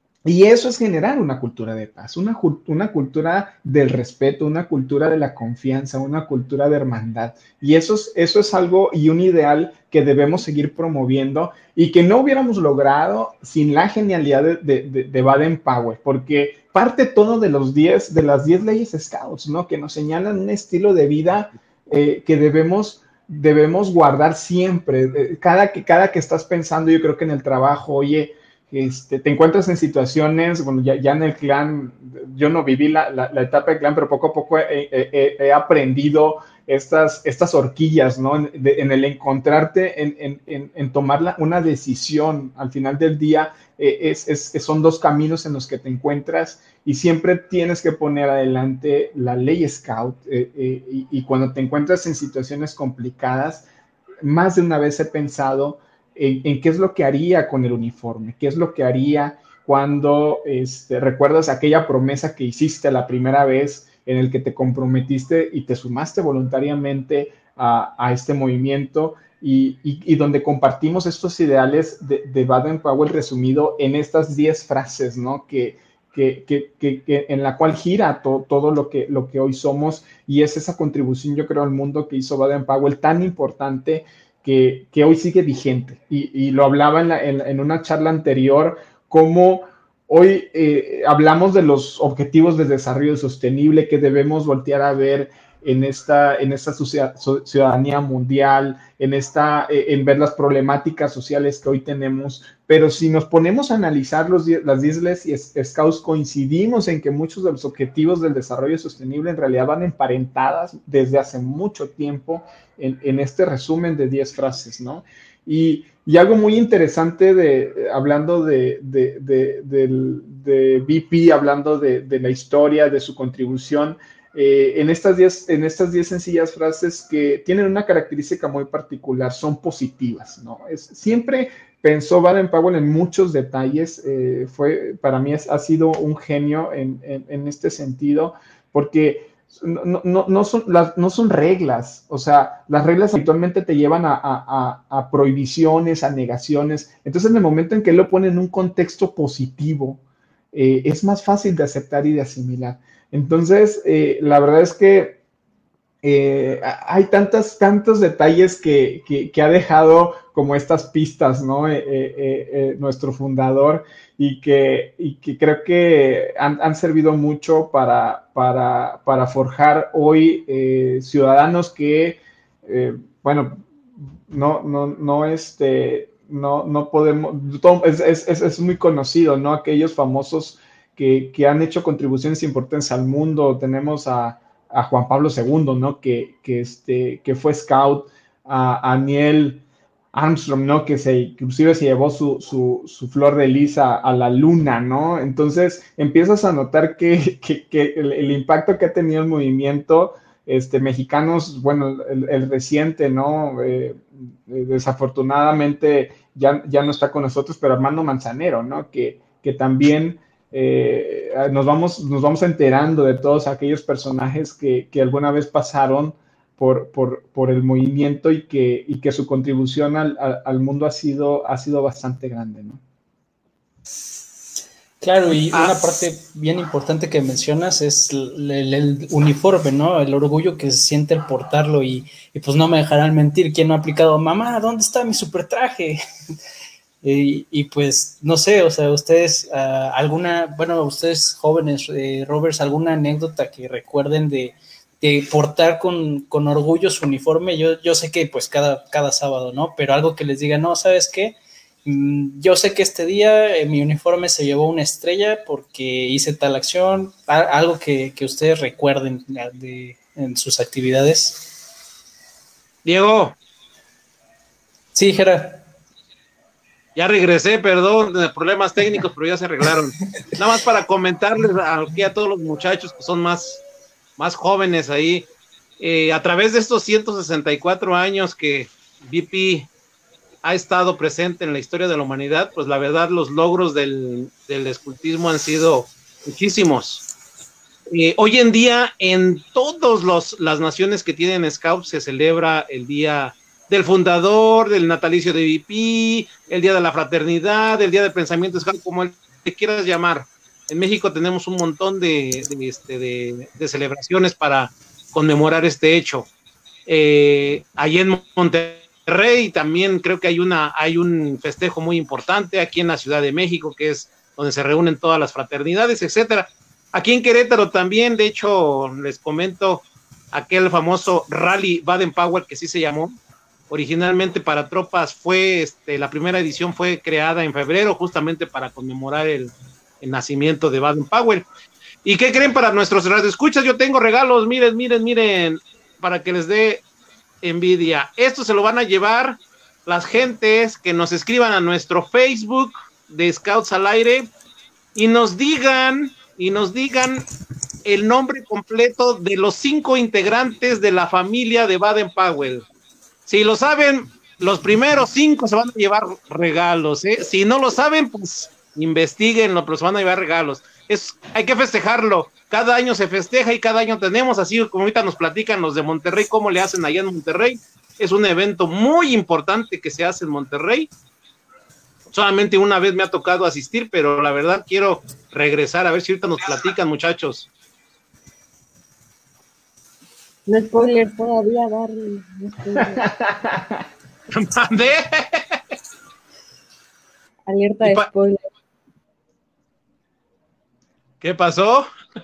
Y eso es generar una cultura de paz, una, una cultura del respeto, una cultura de la confianza, una cultura de hermandad. Y eso es, eso es algo y un ideal que debemos seguir promoviendo y que no hubiéramos logrado sin la genialidad de, de, de Baden-Powell, porque parte todo de, los diez, de las diez leyes Scouts, ¿no? Que nos señalan un estilo de vida eh, que debemos, debemos guardar siempre. Cada que, cada que estás pensando, yo creo que en el trabajo, oye, Este, te encuentras en situaciones, bueno, ya, ya en el clan, yo no viví la, la, la etapa del clan, pero poco a poco he, he, he aprendido estas, estas horquillas, ¿no? En, de, en el encontrarte, en, en, en, en tomar la, una decisión al final del día, eh, es, es, son dos caminos en los que te encuentras y siempre tienes que poner adelante la ley Scout eh, eh, y, y cuando te encuentras en situaciones complicadas, más de una vez he pensado En, en qué es lo que haría con el uniforme, qué es lo que haría cuando este, recuerdas aquella promesa que hiciste la primera vez en el que te comprometiste y te sumaste voluntariamente a, a este movimiento y, y, y donde compartimos estos ideales de, de Baden-Powell resumido en estas diez frases, ¿no? Que, que, que, que, que en la cual gira to, todo lo que, lo que hoy somos y es esa contribución, yo creo, al mundo que hizo Baden-Powell tan importante Que, que hoy sigue vigente. Y, y lo hablaba en, la, en, en una charla anterior, cómo hoy eh, hablamos de los objetivos de desarrollo sostenible que debemos voltear a ver en esta, en esta ciudadanía mundial, en, esta, eh, en ver las problemáticas sociales que hoy tenemos. Pero si nos ponemos a analizar los, las diez leyes Scouts, coincidimos en que muchos de los objetivos del desarrollo sostenible en realidad van emparentadas desde hace mucho tiempo en, en este resumen de diez frases, ¿no? Y, y algo muy interesante de, hablando de, de, de, de, de B P, hablando de, de la historia, de su contribución, eh, en estas diez en estas diez sencillas frases que tienen una característica muy particular, son positivas, ¿no? Es, siempre pensó Baden-Powell en muchos detalles, eh, fue, para mí es, ha sido un genio en, en, en este sentido, porque no, no, no, son, las, no son reglas, o sea, las reglas habitualmente te llevan a, a, a prohibiciones, a negaciones, entonces en el momento en que él lo pone en un contexto positivo, eh, es más fácil de aceptar y de asimilar. Entonces, eh, la verdad es que eh, hay tantas, tantos detalles que, que, que ha dejado como estas pistas, ¿no? Eh, eh, eh, nuestro fundador y que, y que creo que han, han servido mucho para, para, para forjar hoy eh, ciudadanos que, eh, bueno, no, no, no, este, no, no podemos, es, es, es muy conocido, ¿no? Aquellos famosos que, que han hecho contribuciones importantes al mundo. Tenemos a, a Juan Pablo segundo, ¿no? Que, que, este, que fue scout, a, a Neil Armstrong, ¿no? Que se, inclusive se llevó su, su, su flor de lis a, a la luna, ¿no? Entonces empiezas a notar que, que, que el, el impacto que ha tenido el movimiento, este, mexicanos, bueno, el, el reciente, ¿no? Eh, desafortunadamente ya, ya no está con nosotros, pero Armando Manzanero, ¿no? Que, que también eh, nos, vamos, nos vamos enterando de todos aquellos personajes que, que alguna vez pasaron Por, por, por el movimiento y que, y que su contribución al, al, al mundo ha sido, ha sido bastante grande, ¿no? Claro, y ah. una parte bien importante que mencionas es el, el, el uniforme, ¿no? El orgullo que se siente el portarlo y, y pues no me dejarán mentir, ¿quién no ha aplicado? Mamá, ¿dónde está mi super traje? y, y pues, no sé, o sea, ustedes, uh, alguna, bueno, ustedes jóvenes, eh, Roberts, ¿alguna anécdota que recuerden de de portar con, con orgullo su uniforme? Yo, yo sé que pues cada, cada sábado, ¿no? Pero algo que les diga, no, ¿sabes qué? Mm, yo sé que este día eh, mi uniforme se llevó una estrella porque hice tal acción, a, algo que, que ustedes recuerden de, en sus actividades. Diego. Sí, Gerard. Ya regresé, perdón, de problemas técnicos, pero ya se arreglaron. Nada más para comentarles aquí a todos los muchachos que son más... más jóvenes ahí, eh, a través de estos ciento sesenta y cuatro años que V P ha estado presente en la historia de la humanidad, pues la verdad los logros del, del escultismo han sido muchísimos. Eh, hoy en día en todas las naciones que tienen Scouts se celebra el día del fundador, del natalicio de V P, el día de la fraternidad, el día del pensamiento Scout, como el que quieras llamar. En México tenemos un montón de, de, este, de, de celebraciones para conmemorar este hecho. Eh, allí en Monterrey también creo que hay, una, hay un festejo muy importante, aquí en la Ciudad de México, que es donde se reúnen todas las fraternidades, etcétera. Aquí en Querétaro también, de hecho, les comento aquel famoso Rally Baden-Powell, que sí se llamó, originalmente para tropas, fue, este, la primera edición fue creada en febrero, justamente para conmemorar el el nacimiento de Baden-Powell. ¿Y qué creen para nuestros radioescuchas? Yo tengo regalos, miren, miren, miren, para que les dé envidia. Esto se lo van a llevar las gentes que nos escriban a nuestro Facebook de Scouts al Aire y nos digan, y nos digan el nombre completo de los cinco integrantes de la familia de Baden-Powell. Si lo saben, los primeros cinco se van a llevar regalos, ¿eh? Si no lo saben, pues investiguenlo, pero se van a llevar regalos. Es, hay que festejarlo. Cada año se festeja y cada año tenemos, así como ahorita nos platican los de Monterrey, cómo le hacen allá en Monterrey. Es un evento muy importante que se hace en Monterrey. Solamente una vez me ha tocado asistir, pero la verdad quiero regresar a ver si ahorita nos platican, muchachos. No spoiler todavía, Barry. No spoiler. ¿Mandé? Alerta de spoiler. ¿Qué pasó?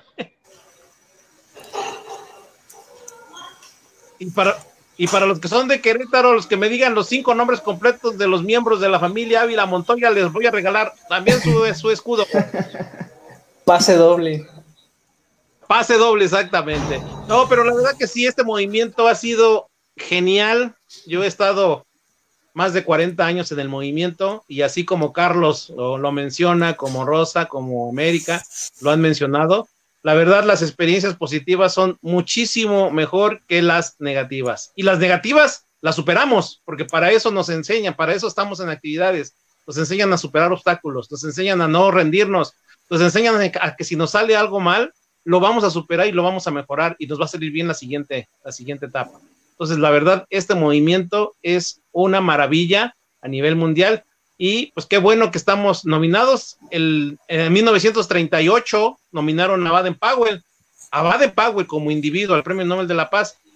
y, para, y para los que son de Querétaro, los que me digan los cinco nombres completos de los miembros de la familia Ávila Montoya, les voy a regalar también su, su escudo. Pase doble. Pase doble, exactamente. No, pero la verdad que sí, este movimiento ha sido genial. Yo he estado más de cuarenta años en el movimiento y así como Carlos lo, lo menciona, como Rosa, como América lo han mencionado, la verdad las experiencias positivas son muchísimo mejor que las negativas. Y las negativas las superamos, porque para eso nos enseñan, para eso estamos en actividades, nos enseñan a superar obstáculos, nos enseñan a no rendirnos, nos enseñan a que si nos sale algo mal, lo vamos a superar y lo vamos a mejorar y nos va a salir bien la siguiente, la siguiente etapa. Entonces, la verdad, este movimiento es una maravilla a nivel mundial y pues qué bueno que estamos nominados. El, en mil novecientos treinta y ocho nominaron a Baden-Powell, a Baden-Powell como individuo al Premio Nobel de la Paz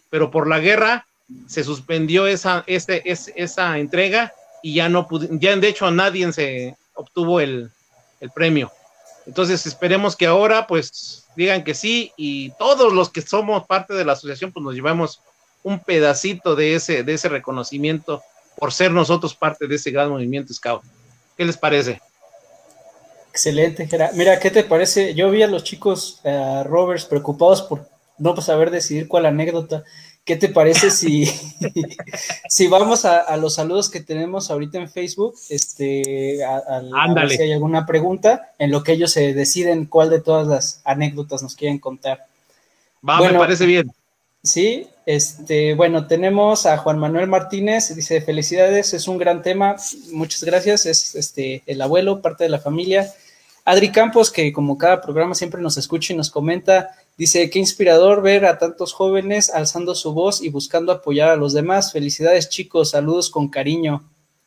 pero por la guerra se suspendió esa, ese, ese, esa entrega y ya no pudo, ya de hecho a nadie se obtuvo el, el premio. Entonces esperemos que ahora pues digan que sí y todos los que somos parte de la asociación pues nos llevamos un pedacito de ese, de ese reconocimiento por ser nosotros parte de ese gran movimiento Scout. ¿Qué les parece? Excelente, Gerard. Mira, ¿qué te parece? Yo vi a los chicos uh, Rovers preocupados por no saber decidir cuál anécdota. ¿Qué te parece si, si vamos a, a los saludos que tenemos ahorita en Facebook? Este, a, a, a ver si hay alguna pregunta en lo que ellos se deciden cuál de todas las anécdotas nos quieren contar. Va, bueno, me parece bien. Sí, este, bueno, tenemos a Juan Manuel Martínez, dice, felicidades, es un gran tema, muchas gracias, es este el abuelo, parte de la familia. Adri Campos, que como cada programa siempre nos escucha y nos comenta, dice, qué inspirador ver a tantos jóvenes alzando su voz y buscando apoyar a los demás. Felicidades, chicos, saludos con cariño.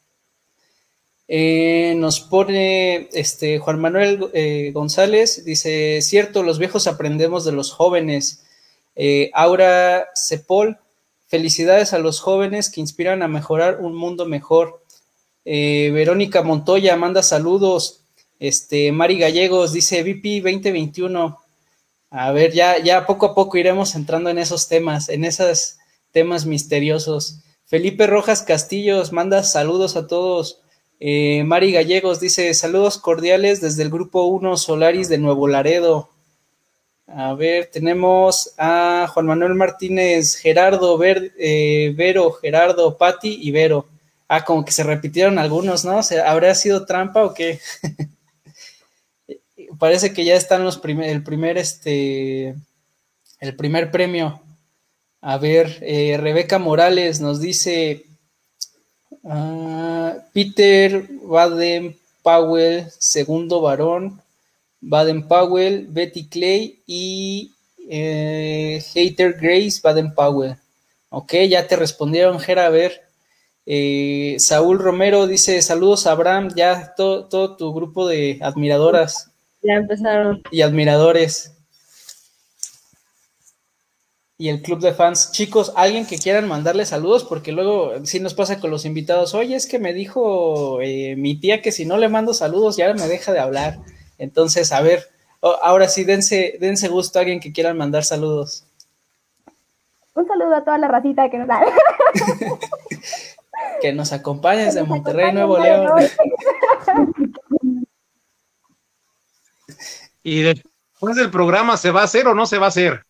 Eh, nos pone este Juan Manuel eh, González, dice, cierto, los viejos aprendemos de los jóvenes. Eh, Aura Cepol, felicidades a los jóvenes que inspiran a mejorar un mundo mejor. Eh, Verónica Montoya manda saludos. Este, Mari Gallegos dice V P veinte veintiuno. A ver, ya, ya poco a poco iremos entrando en esos temas, en esos temas misteriosos. Felipe Rojas Castillos manda saludos a todos. Eh, Mari Gallegos dice saludos cordiales desde el grupo uno Solaris de Nuevo Laredo. A ver, tenemos a Juan Manuel Martínez, Gerardo, Ver, eh, Vero, Gerardo, Pati y Vero. Ah, como que se repitieron algunos, ¿no? O sea, ¿habrá sido trampa o qué? Parece que ya están los primer, el primer, este, el primer premio. A ver, eh, Rebeca Morales nos dice uh, Peter Baden-Powell, segundo varón, Baden-Powell, Betty Clay y eh, Hater Grace Baden-Powell. Ok, ya te respondieron, Gera, a ver. Eh, Saúl Romero dice, saludos a Abraham, ya to, todo tu grupo de admiradoras. Ya empezaron. Y admiradores. Y el club de fans. Chicos, alguien que quieran mandarle saludos, porque luego sí nos pasa con los invitados. Oye, es que me dijo eh, mi tía que si no le mando saludos ya me deja de hablar. Entonces, a ver, oh, ahora sí, dense, dense gusto a alguien que quieran mandar saludos. Un saludo a toda la racita que nos da. Que nos acompañe desde Monterrey, Nuevo León. ¿Y después del programa se va a hacer o no se va a hacer?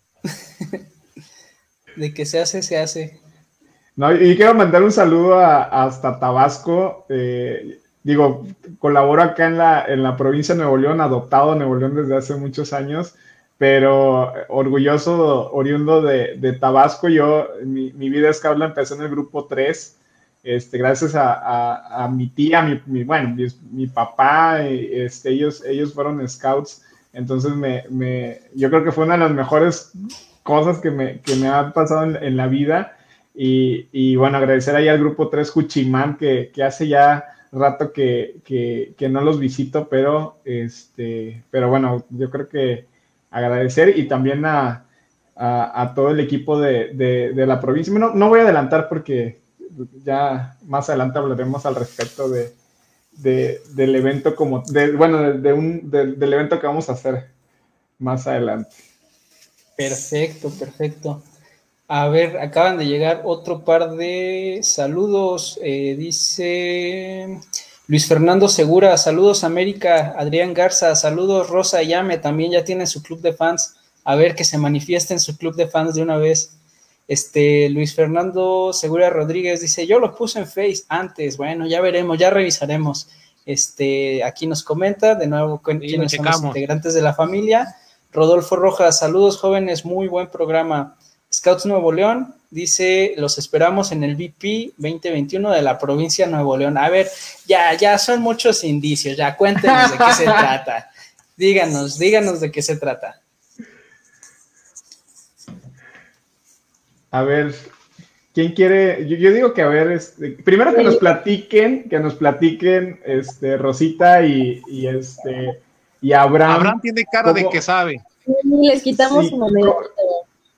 De que se hace, se hace. No, y quiero mandar un saludo a, hasta Tabasco. Eh, digo, colaboro acá en la, en la provincia de Nuevo León, adoptado en Nuevo León desde hace muchos años, pero orgulloso, oriundo de, de Tabasco. Yo, mi, mi vida scout la empecé en el grupo tres. Este, gracias a, a, a mi tía, mi, mi, bueno, mi, mi papá, este, ellos, ellos fueron scouts, entonces me, me, yo creo que fue una de las mejores cosas que me, que me ha pasado en, en la vida, y, y bueno, agradecer ahí al grupo tres Juchimán, que, que hace ya rato que, que, que no los visito, pero, este, pero bueno, yo creo que agradecer, y también a, a, a todo el equipo de, de, de la provincia. No, no voy a adelantar porque ya más adelante hablaremos al respecto de, de del evento como, de, bueno, de, de un, de, del evento que vamos a hacer más adelante. Perfecto, perfecto. A ver, acaban de llegar otro par de saludos. Eh, dice Luis Fernando Segura, saludos América. Adrián Garza, saludos. Rosa Llame, también ya tiene su club de fans. A ver, que se manifieste en su club de fans de una vez. Este, Luis Fernando Segura Rodríguez dice, yo lo puse en Face antes, bueno, ya veremos, ya revisaremos. Este, aquí nos comenta de nuevo sí, quiénes son los integrantes de la familia. Rodolfo Rojas, saludos jóvenes, muy buen programa. Scouts Nuevo León dice, los esperamos en el V P veinte veintiuno de la provincia de Nuevo León. A ver, ya, ya son muchos indicios, ya cuéntenos de qué se trata. Díganos, díganos de qué se trata. A ver, ¿quién quiere? Yo, yo digo que a ver, este, primero que nos platiquen, que nos platiquen, este, Rosita y, y este, y Abraham. Abraham tiene cara ¿cómo? de que sabe. Sí, les quitamos sí, un momento.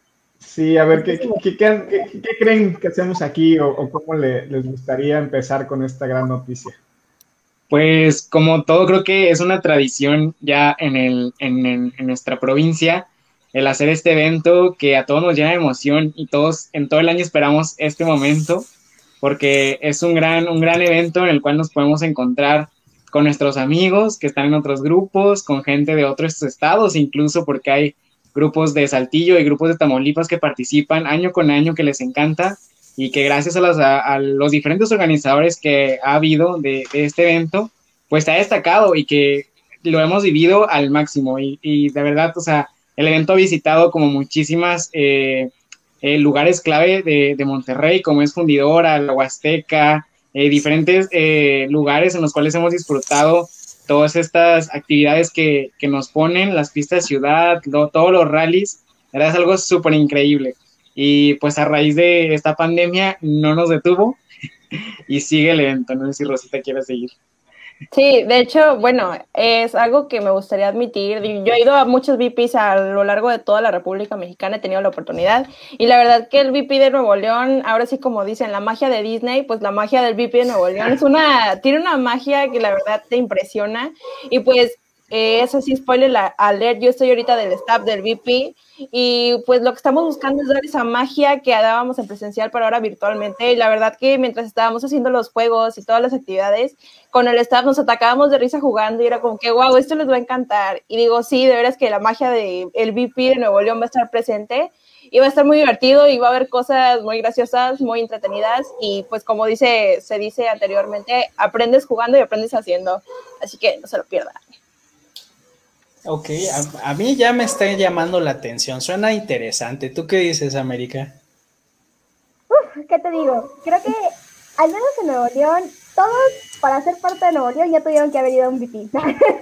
Sí, a ver, ¿qué, qué, qué, qué- qué creen que hacemos aquí o, o cómo le- les gustaría empezar con esta gran noticia? Pues como todo creo que es una tradición ya en el, en, en- en nuestra provincia el hacer este evento que a todos nos llena de emoción y todos en todo el año esperamos este momento porque es un gran, un gran evento en el cual nos podemos encontrar con nuestros amigos que están en otros grupos, con gente de otros estados, incluso porque hay grupos de Saltillo y grupos de Tamaulipas que participan año con año que les encanta y que gracias a los, a, a los diferentes organizadores que ha habido de, de este evento, pues se ha destacado y que lo hemos vivido al máximo y, y de verdad, o sea, el evento ha visitado como muchísimas eh, eh, lugares clave de, de Monterrey, como es Fundidora, la Huasteca, eh, diferentes eh, lugares en los cuales hemos disfrutado todas estas actividades que, que nos ponen, las pistas de ciudad, lo, todos los rallies, era algo súper increíble. Y pues a raíz de esta pandemia no nos detuvo y sigue el evento. No sé si Rosita quiere seguir. Sí, de hecho, bueno, es algo que me gustaría admitir. Yo he ido a muchos V Ps a lo largo de toda la República Mexicana, he tenido la oportunidad. Y la verdad que el V P de Nuevo León, ahora sí como dicen, la magia de Disney, pues la magia del V P de Nuevo León es una, tiene una magia que la verdad te impresiona. Y pues eh, eso sí, spoiler alert, yo estoy ahorita del staff del V P y pues lo que estamos buscando es dar esa magia que dábamos en presencial pero ahora virtualmente. Y la verdad que mientras estábamos haciendo los juegos y todas las actividades, con el staff nos atacábamos de risa jugando y era como que, wow, esto les va a encantar. Y digo, sí, de veras que la magia del V P de Nuevo León va a estar presente y va a estar muy divertido y va a haber cosas muy graciosas, muy entretenidas y pues como dice, se dice anteriormente, aprendes jugando y aprendes haciendo. Así que no se lo pierdan. Ok, a, a mí ya me está llamando la atención, suena interesante. ¿Tú qué dices, América? Uf, ¿qué te digo? Creo que al menos en Nuevo León, todos para ser parte de Nuevo León ya tuvieron que haber ido a un V P.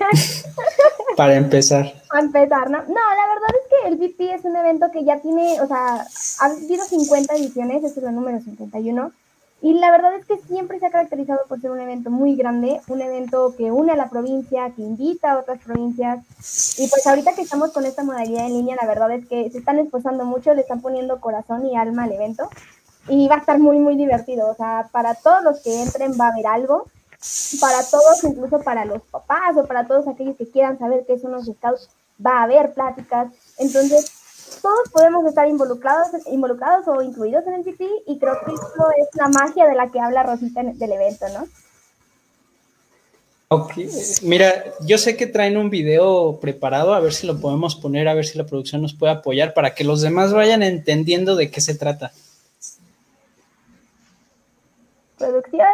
Para empezar. Para empezar, ¿no? No, la verdad es que el V P es un evento que ya tiene, o sea, ha habido cincuenta ediciones, este es el número cincuenta y uno, y la verdad es que siempre se ha caracterizado por ser un evento muy grande, un evento que une a la provincia, que invita a otras provincias, y pues ahorita que estamos con esta modalidad en línea, la verdad es que se están esforzando mucho, le están poniendo corazón y alma al evento, y va a estar muy, muy divertido, o sea, para todos los que entren va a haber algo, para todos, incluso para los papás o para todos aquellos que quieran saber qué son los scouts, va a haber pláticas, entonces todos podemos estar involucrados, involucrados o incluidos en el V P y creo que eso es la magia de la que habla Rosita del evento, ¿no? Ok, mira, yo sé que traen un video preparado, a ver si lo podemos poner, a ver si la producción nos puede apoyar para que los demás vayan entendiendo de qué se trata. Producción.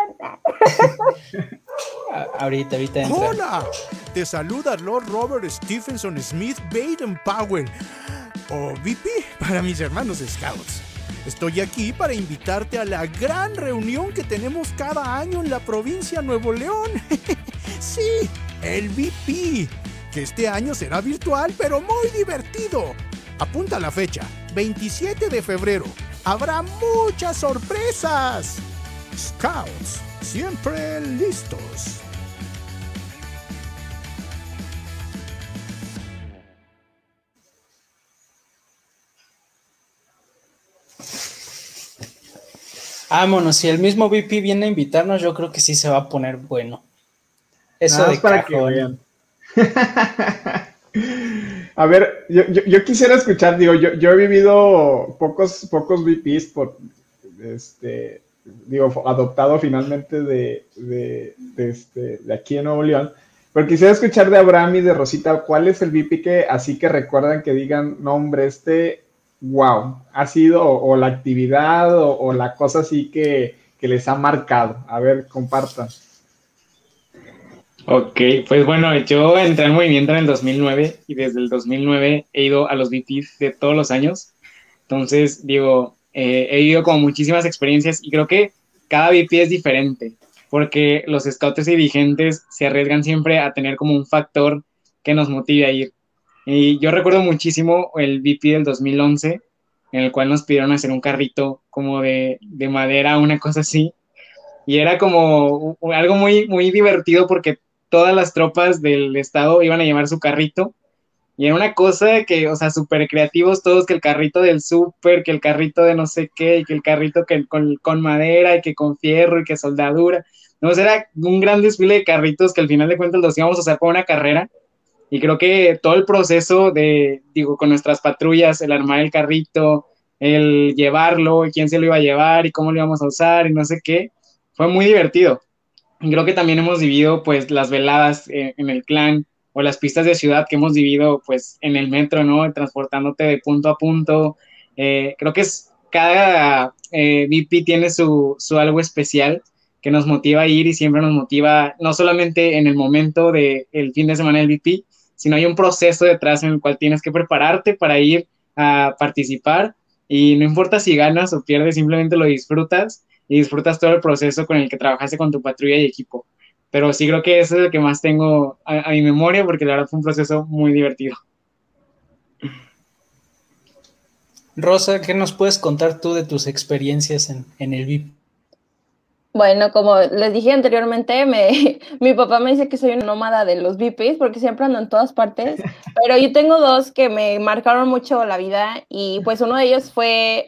ahorita, ahorita entra. ¡Hola! Te saluda Lord Robert Stephenson Smith Baden Powell, o V P para mis hermanos Scouts. Estoy aquí para invitarte a la gran reunión que tenemos cada año en la provincia de Nuevo León. Sí, el V P, que este año será virtual pero muy divertido. Apunta la fecha, veintisiete de febrero. Habrá muchas sorpresas. Scouts, siempre listos. Vámonos, si el mismo V P viene a invitarnos, yo creo que sí se va a poner bueno. Eso Nada de más para cajón. que vean. A ver, yo, yo, yo quisiera escuchar, digo, yo, yo he vivido pocos, pocos V Ps por, este, digo, adoptado finalmente de, de, de, este, de aquí en Nuevo León, pero quisiera escuchar de Abraham y de Rosita, ¿cuál es el V P que así que recuerdan que digan, no hombre, este, wow, ha sido, o, o la actividad, o, o la cosa así que, que les ha marcado? A ver, compartan. Ok, pues bueno, yo entré en movimiento en el dos mil nueve y desde el dos mil nueve he ido a los V Ps de todos los años. Entonces, digo, eh, he vivido como muchísimas experiencias y creo que cada V P es diferente porque los scouts y dirigentes se arriesgan siempre a tener como un factor que nos motive a ir. Y yo recuerdo muchísimo el V P del dos mil once, en el cual nos pidieron hacer un carrito como de, de madera, una cosa así. Y era como algo muy, muy divertido porque todas las tropas del estado iban a llevar su carrito y era una cosa que, o sea, súper creativos todos, que el carrito del súper, que el carrito de no sé qué, y que el carrito que con, con madera, y que con fierro, y que soldadura. No, o sea, era un gran desfile de carritos que al final de cuentas los íbamos a hacer para una carrera, y creo que todo el proceso de, digo, con nuestras patrullas, el armar el carrito, el llevarlo, y quién se lo iba a llevar, y cómo lo íbamos a usar, y no sé qué, fue muy divertido. Y creo que también hemos vivido, pues, las veladas en, en el clan, o las pistas de ciudad que hemos vivido, pues, en el metro, ¿no? Transportándote de punto a punto. Eh, creo que es, cada eh, V P tiene su, su algo especial que nos motiva a ir y siempre nos motiva, no solamente en el momento del fin de semana del V P, sino hay un proceso detrás en el cual tienes que prepararte para ir a participar, y no importa si ganas o pierdes, simplemente lo disfrutas y disfrutas todo el proceso con el que trabajaste con tu patrulla y equipo. Pero sí creo que eso es lo que más tengo a, a mi memoria, porque la verdad fue un proceso muy divertido. Rosa, ¿qué nos puedes contar tú de tus experiencias en, en el V I P? Bueno, como les dije anteriormente, me, mi papá me dice que soy una nómada de los V Ps porque siempre ando en todas partes, pero yo tengo dos que me marcaron mucho la vida, y pues uno de ellos fue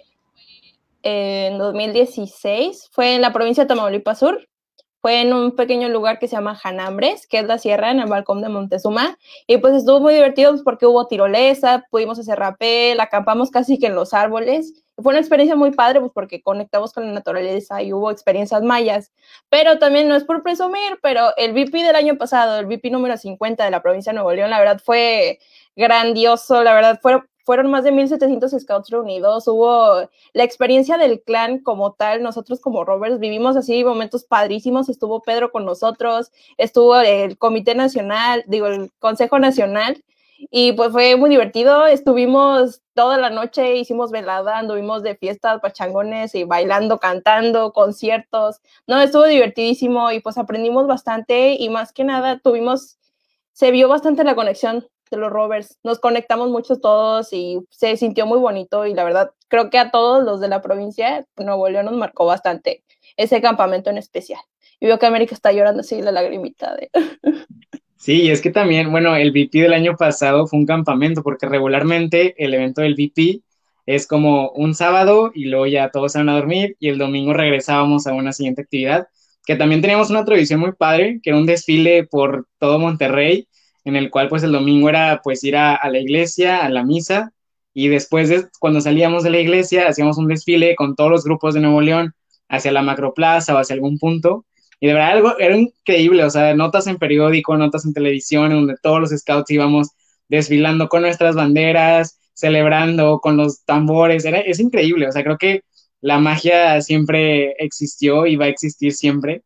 en dos mil dieciséis, fue en la provincia de Tamaulipas Sur. Fue en un pequeño lugar que se llama Janambres, que es la sierra, en el balcón de Montezuma, y pues estuvo muy divertido pues, porque hubo tirolesa, pudimos hacer rapel, acampamos casi que en los árboles. Fue una experiencia muy padre pues porque conectamos con la naturaleza y hubo experiencias mayas. Pero también, no es por presumir, pero el V P del año pasado, el V P número cincuenta de la provincia de Nuevo León, la verdad fue grandioso, la verdad fue... Fueron más de mil setecientos scouts reunidos, hubo la experiencia del clan como tal, nosotros como Rovers vivimos así momentos padrísimos, estuvo Pedro con nosotros, estuvo el Comité Nacional, digo, el Consejo Nacional, y pues fue muy divertido, estuvimos toda la noche, hicimos velada, anduvimos de fiestas, pachangones, y bailando, cantando, conciertos, no, estuvo divertidísimo, y pues aprendimos bastante, y más que nada tuvimos, se vio bastante la conexión de los Rovers, nos conectamos mucho todos y se sintió muy bonito, y la verdad creo que a todos los de la provincia de Nuevo León nos marcó bastante ese campamento en especial. Y veo que América está llorando así la lagrimita de... Sí, y es que también, bueno, el V P del año pasado fue un campamento, porque regularmente el evento del V P es como un sábado y luego ya todos se van a dormir, y el domingo regresábamos a una siguiente actividad, que también teníamos una tradición muy padre, que era un desfile por todo Monterrey, en el cual pues el domingo era pues ir a, a la iglesia, a la misa, y después de, cuando salíamos de la iglesia hacíamos un desfile con todos los grupos de Nuevo León hacia la macroplaza o hacia algún punto, y de verdad algo, era increíble, o sea, notas en periódico, notas en televisión, donde todos los scouts íbamos desfilando con nuestras banderas, celebrando con los tambores, era, es increíble, o sea, creo que la magia siempre existió y va a existir siempre,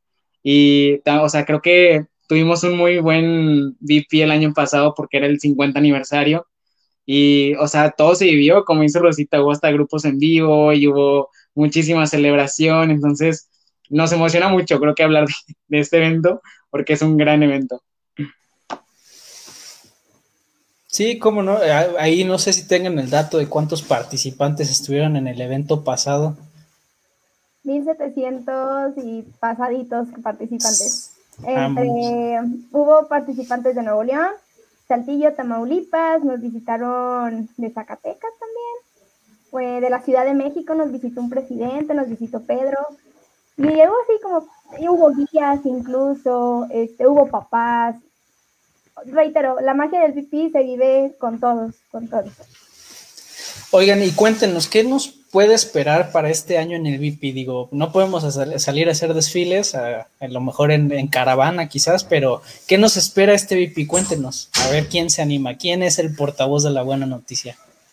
y o sea, creo que tuvimos un muy buen V P el año pasado porque era el cincuenta aniversario, y, o sea, todo se vivió, como dice Rosita, hubo hasta grupos en vivo y hubo muchísima celebración, entonces nos emociona mucho, creo que hablar de, de este evento, porque es un gran evento. Sí, cómo no, ahí no sé si tengan el dato de cuántos participantes estuvieron en el evento pasado. mil setecientos y pasaditos participantes. Entre, hubo participantes de Nuevo León, Saltillo, Tamaulipas, nos visitaron de Zacatecas también, fue de la Ciudad de México, nos visitó un presidente, nos visitó Pedro, y algo así como, y hubo guías incluso, este, hubo papás. Reitero, la magia del V P se vive con todos, con todos. Oigan, y cuéntenos, ¿qué nos puede esperar para este año en el V P? Digo, no podemos hacer, salir a hacer desfiles, a, a lo mejor en, en caravana quizás, pero ¿qué nos espera este V P? Cuéntenos, a ver quién se anima, quién es el portavoz de la buena noticia.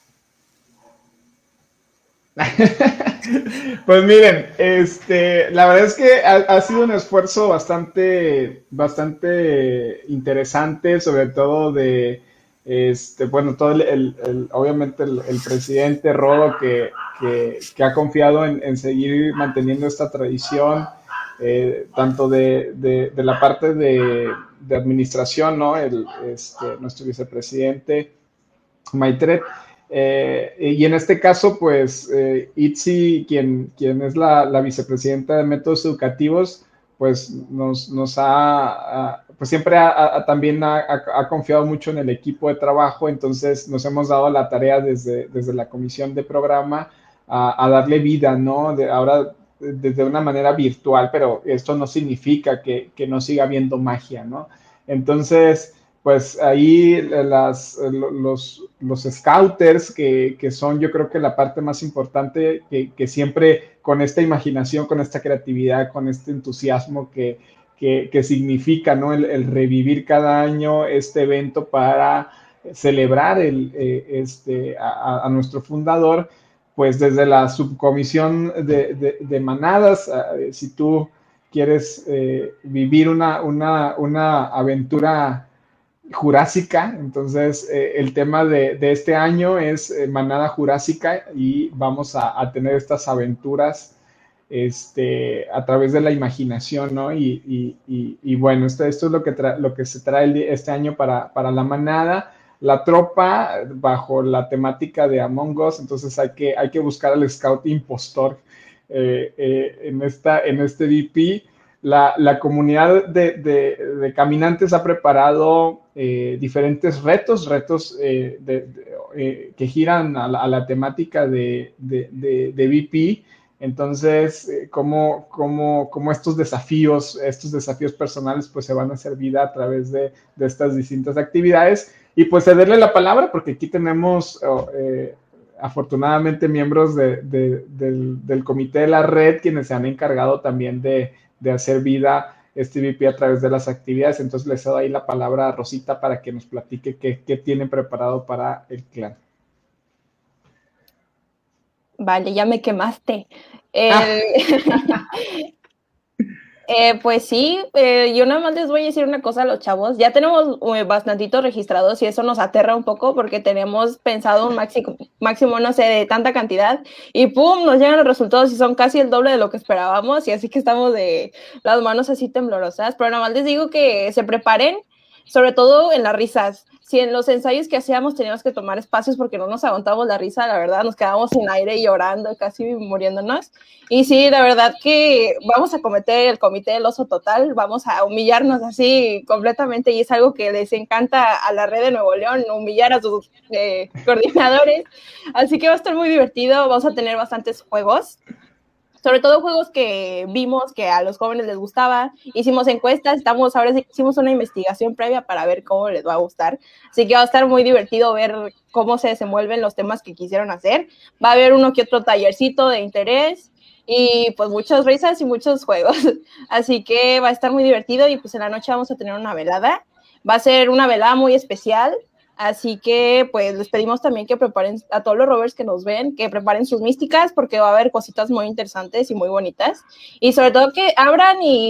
Pues miren, este, la verdad es que ha, ha sido un esfuerzo bastante, bastante interesante, sobre todo de... Este, bueno, todo el, el, el obviamente el, el presidente Rodo que, que, que ha confiado en, en seguir manteniendo esta tradición, eh, tanto de, de, de la parte de, de administración, ¿no? El, este, nuestro vicepresidente Maitret, eh, y en este caso, pues, eh, Itzi, quien, quien es la, la vicepresidenta de métodos educativos, pues nos, nos ha, pues siempre ha, ha, también ha, ha confiado mucho en el equipo de trabajo, entonces nos hemos dado la tarea desde, desde la comisión de programa a, a darle vida, ¿no? De, ahora desde una manera virtual, pero esto no significa que, que no siga habiendo magia, ¿no? Entonces, pues ahí las, los, los scouters, que, que son yo creo que la parte más importante, que, que siempre con esta imaginación, con esta creatividad, con este entusiasmo que, que, que significa, ¿no? el, el revivir cada año este evento para celebrar el, eh, este, a, a nuestro fundador, pues desde la subcomisión de, de, de manadas, eh, si tú quieres eh, vivir una, una, una aventura jurásica, entonces eh, el tema de, de este año es eh, manada jurásica y vamos a, a tener estas aventuras este, a través de la imaginación, ¿no? Y, y, y, y bueno, esto, esto es lo que, tra lo que se trae este año para, para la manada. La tropa, bajo la temática de Among Us, entonces hay que, hay que buscar al scout impostor eh, eh, en, esta, en este V P. La, la comunidad de, de, de caminantes ha preparado eh, diferentes retos, retos eh, de, de, eh, que giran a la, a la temática de, de, de, de V P. Entonces, eh, cómo, cómo, cómo estos desafíos, estos desafíos personales, pues se van a hacer vida a través de, de estas distintas actividades. Y pues cederle la palabra, porque aquí tenemos oh, eh, afortunadamente miembros de, de, del, del comité de la red, quienes se han encargado también de, de hacer vida este V P a través de las actividades. Entonces les doy ahí la palabra a Rosita para que nos platique qué, qué tienen preparado para el clan. Vale, ya me quemaste. El... eh, pues sí, eh, yo nada más les voy a decir una cosa a los chavos. Ya tenemos eh, bastantitos registrados y eso nos aterra un poco porque tenemos pensado un máximo, máximo, no sé, de tanta cantidad y ¡pum! Nos llegan los resultados y son casi el doble de lo que esperábamos y así que estamos de las manos así temblorosas. Pero nada más les digo que se preparen, sobre todo en las risas. Si en los ensayos que hacíamos teníamos que tomar espacios porque no nos aguantamos la risa, la verdad, nos quedábamos sin aire y llorando, casi muriéndonos. Y sí, la verdad que vamos a cometer el comité del oso total, vamos a humillarnos así completamente y es algo que les encanta a la red de Nuevo León, humillar a sus eh, coordinadores. Así que va a estar muy divertido, vamos a tener bastantes juegos. Sobre todo juegos que vimos que a los jóvenes les gustaba, hicimos encuestas, estamos, ahora sí hicimos una investigación previa para ver cómo les va a gustar, así que va a estar muy divertido ver cómo se desenvuelven los temas que quisieron hacer, va a haber uno que otro tallercito de interés, y pues muchas risas y muchos juegos, así que va a estar muy divertido, y pues en la noche vamos a tener una velada, va a ser una velada muy especial. Así que, pues, les pedimos también que preparen a todos los rovers que nos ven, que preparen sus místicas, porque va a haber cositas muy interesantes y muy bonitas. Y sobre todo que abran y,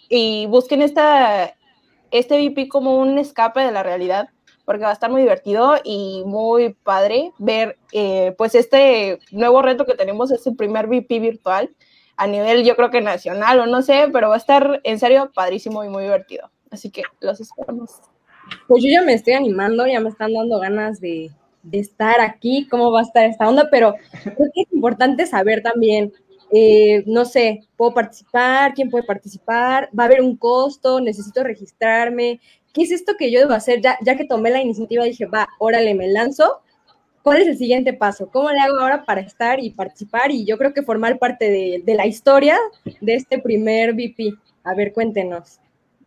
y busquen esta, este V P como un escape de la realidad, porque va a estar muy divertido y muy padre ver, eh, pues, este nuevo reto que tenemos, este primer V P virtual, a nivel, yo creo que nacional o no sé, pero va a estar, en serio, padrísimo y muy divertido. Así que los esperamos. Pues yo ya me estoy animando, ya me están dando ganas de, de estar aquí, cómo va a estar esta onda, pero creo que es importante saber también, eh, no sé, ¿puedo participar? ¿Quién puede participar? ¿Va a haber un costo? ¿Necesito registrarme? ¿Qué es esto que yo debo hacer? Ya, ya que tomé la iniciativa, dije, va, órale, me lanzo. ¿Cuál es el siguiente paso? ¿Cómo le hago ahora para estar y participar? Y yo creo que formar parte de, de la historia de este primer V P. A ver, cuéntenos.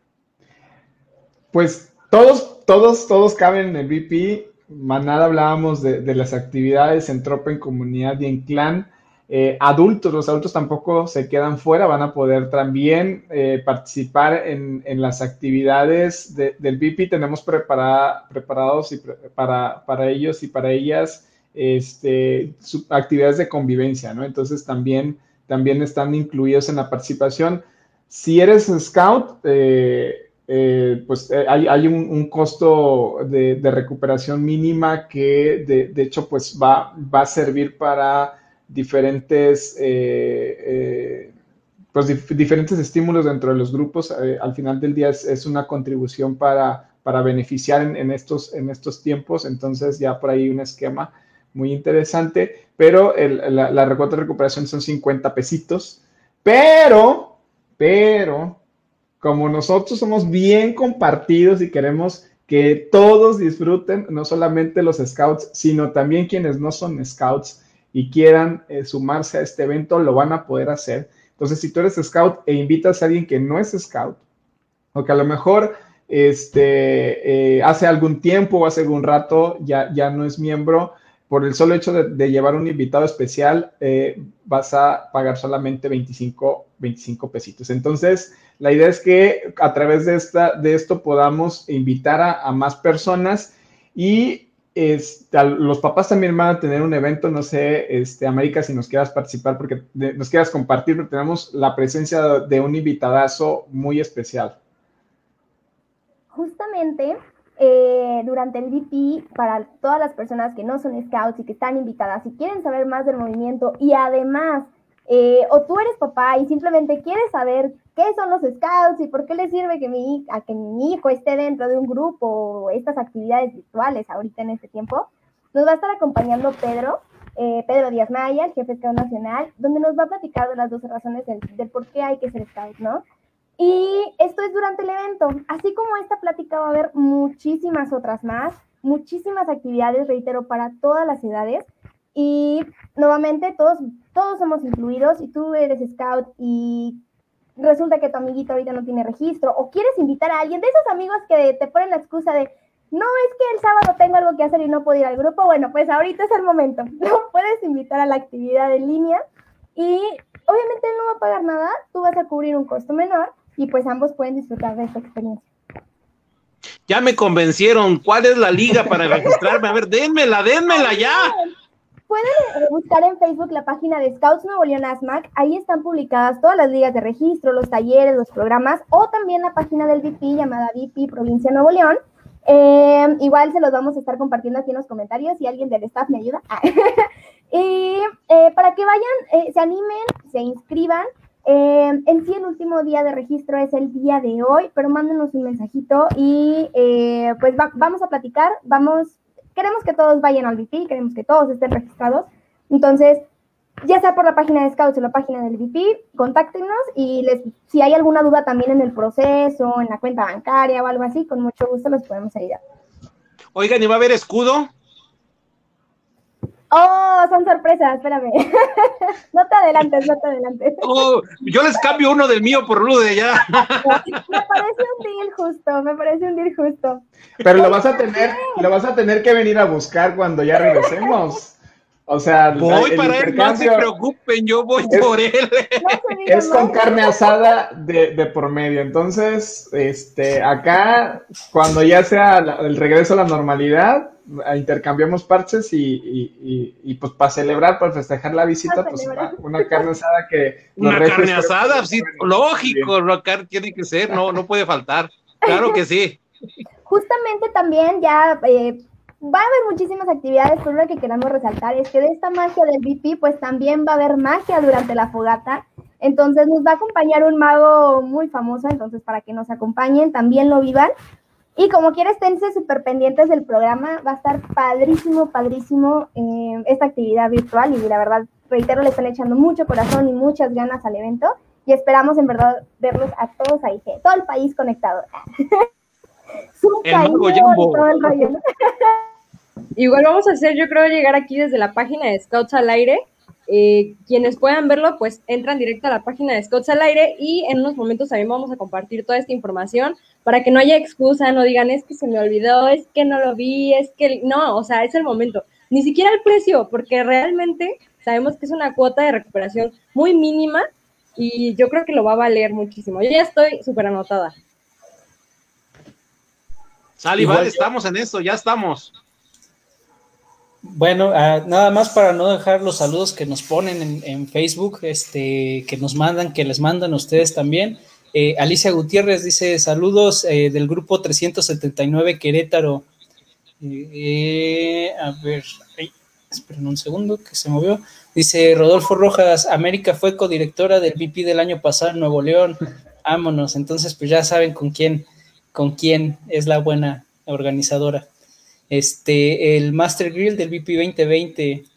Pues todos, todos, todos caben en el V P. Manada hablábamos de, de las actividades en tropa, en comunidad y en clan. Eh, adultos, los adultos tampoco se quedan fuera, van a poder también eh, participar en, en las actividades de, del V P. Tenemos prepara, preparados y pre, para, para ellos y para ellas este, su, actividades de convivencia, ¿no? Entonces también, también están incluidos en la participación. Si eres scout, eh, Eh, pues eh, hay, hay un, un costo de, de recuperación mínima que de, de hecho pues va, va a servir para diferentes, eh, eh, pues dif diferentes estímulos dentro de los grupos. Eh, al final del día es, es una contribución para, para beneficiar en, en, estos, en estos tiempos, entonces ya por ahí un esquema muy interesante, pero el, la, la cuota de recuperación son cincuenta pesitos, pero, pero... como nosotros somos bien compartidos y queremos que todos disfruten, no solamente los scouts, sino también quienes no son scouts y quieran eh, sumarse a este evento, lo van a poder hacer. Entonces, si tú eres scout e invitas a alguien que no es scout, o que a lo mejor este, eh, hace algún tiempo o hace algún rato ya, ya no es miembro, por el solo hecho de, de llevar un invitado especial, eh, vas a pagar solamente veinticinco, veinticinco pesitos. Entonces, la idea es que a través de, esta, de esto podamos invitar a, a más personas y este, los papás también van a tener un evento, no sé, este, América, si nos quieras participar, porque de, nos quieras compartir, porque tenemos la presencia de, de un invitadazo muy especial. Justamente, eh, durante el V P, para todas las personas que no son scouts y que están invitadas, si quieren saber más del movimiento y además, eh, o tú eres papá y simplemente quieres saber qué son los scouts y por qué les sirve que mi, a que mi hijo esté dentro de un grupo o estas actividades virtuales ahorita en este tiempo, nos va a estar acompañando Pedro, eh, Pedro Díaz Maya, el jefe Scout Nacional, donde nos va a platicar de las doce razones del, del por qué hay que ser scout, ¿no? Y esto es durante el evento. Así como esta plática va a haber muchísimas otras más, muchísimas actividades, reitero, para todas las edades. Y nuevamente todos, todos somos incluidos y tú eres scout y resulta que tu amiguito ahorita no tiene registro o quieres invitar a alguien de esos amigos que te ponen la excusa de no, es que el sábado tengo algo que hacer y no puedo ir al grupo. Bueno, pues ahorita es el momento. No puedes invitar a la actividad en línea y obviamente él no va a pagar nada, tú vas a cubrir un costo menor y pues ambos pueden disfrutar de esta experiencia. Ya me convencieron. ¿Cuál es la liga para registrarme? A ver, dénmela, dénmela ya. Pueden buscar en Facebook la página de Scouts Nuevo León A S M A C. Ahí están publicadas todas las ligas de registro, los talleres, los programas, o también la página del V P llamada V P Provincia Nuevo León. Eh, igual se los vamos a estar compartiendo aquí en los comentarios si alguien del staff me ayuda. y eh, para que vayan, eh, se animen, se inscriban. Eh, en sí, el último día de registro es el día de hoy, pero mándenos un mensajito y eh, pues va, vamos a platicar, vamos, queremos que todos vayan al V P, queremos que todos estén registrados, entonces, ya sea por la página de Scouts o la página del V P, contáctenos y les, si hay alguna duda también en el proceso, en la cuenta bancaria o algo así, con mucho gusto los podemos ayudar. Oigan, ¿y va a haber escudo? Oh, son sorpresas, espérame. No te adelantes, no te adelantes. Oh, yo les cambio uno del mío por uno de allá. Me parece un deal justo, me parece un deal justo. Pero lo vas a tener, lo vas a tener que venir a buscar cuando ya regresemos. O sea, voy el para él, no se preocupen, yo voy es, por él. No es con carne asada de, de por medio. Entonces, este, acá, cuando ya sea la, el regreso a la normalidad, intercambiamos parches y, y, y, y pues para celebrar, para festejar la visita, pues una, una carne asada que... Una carne asada, sí, lógico, lo acá tiene que ser, no, no puede faltar. Claro que sí. Justamente también ya... Eh, va a haber muchísimas actividades, pero lo que queremos resaltar es que de esta magia del V P, pues también va a haber magia durante la fogata. Entonces nos va a acompañar un mago muy famoso, entonces para que nos acompañen, también lo vivan. Y como quiera, esténse súper pendientes del programa, va a estar padrísimo, padrísimo eh, esta actividad virtual y la verdad, reitero, le están echando mucho corazón y muchas ganas al evento y esperamos en verdad verlos a todos ahí, todo el país conectado. El mago Jumbo. Igual vamos a hacer, yo creo, llegar aquí desde la página de Scouts al Aire. Eh, quienes puedan verlo, pues entran directo a la página de Scouts al Aire y en unos momentos también vamos a compartir toda esta información para que no haya excusa, no digan, es que se me olvidó, es que no lo vi, es que... No, o sea, es el momento. Ni siquiera el precio, porque realmente sabemos que es una cuota de recuperación muy mínima y yo creo que lo va a valer muchísimo. Yo ya estoy súper anotada. Sal y vale, estamos en esto, ya estamos. Bueno, uh, nada más para no dejar los saludos que nos ponen en, en Facebook, este, que nos mandan, que les mandan a ustedes también. Eh, Alicia Gutiérrez dice, saludos eh, del grupo trescientos setenta y nueve Querétaro. Eh, a ver, ay, esperen un segundo que se movió. Dice Rodolfo Rojas, América fue codirectora del V P del año pasado en Nuevo León. Vámonos, entonces pues ya saben con quién, con quién es la buena organizadora. Este, el Master Grill del V P veinte veinte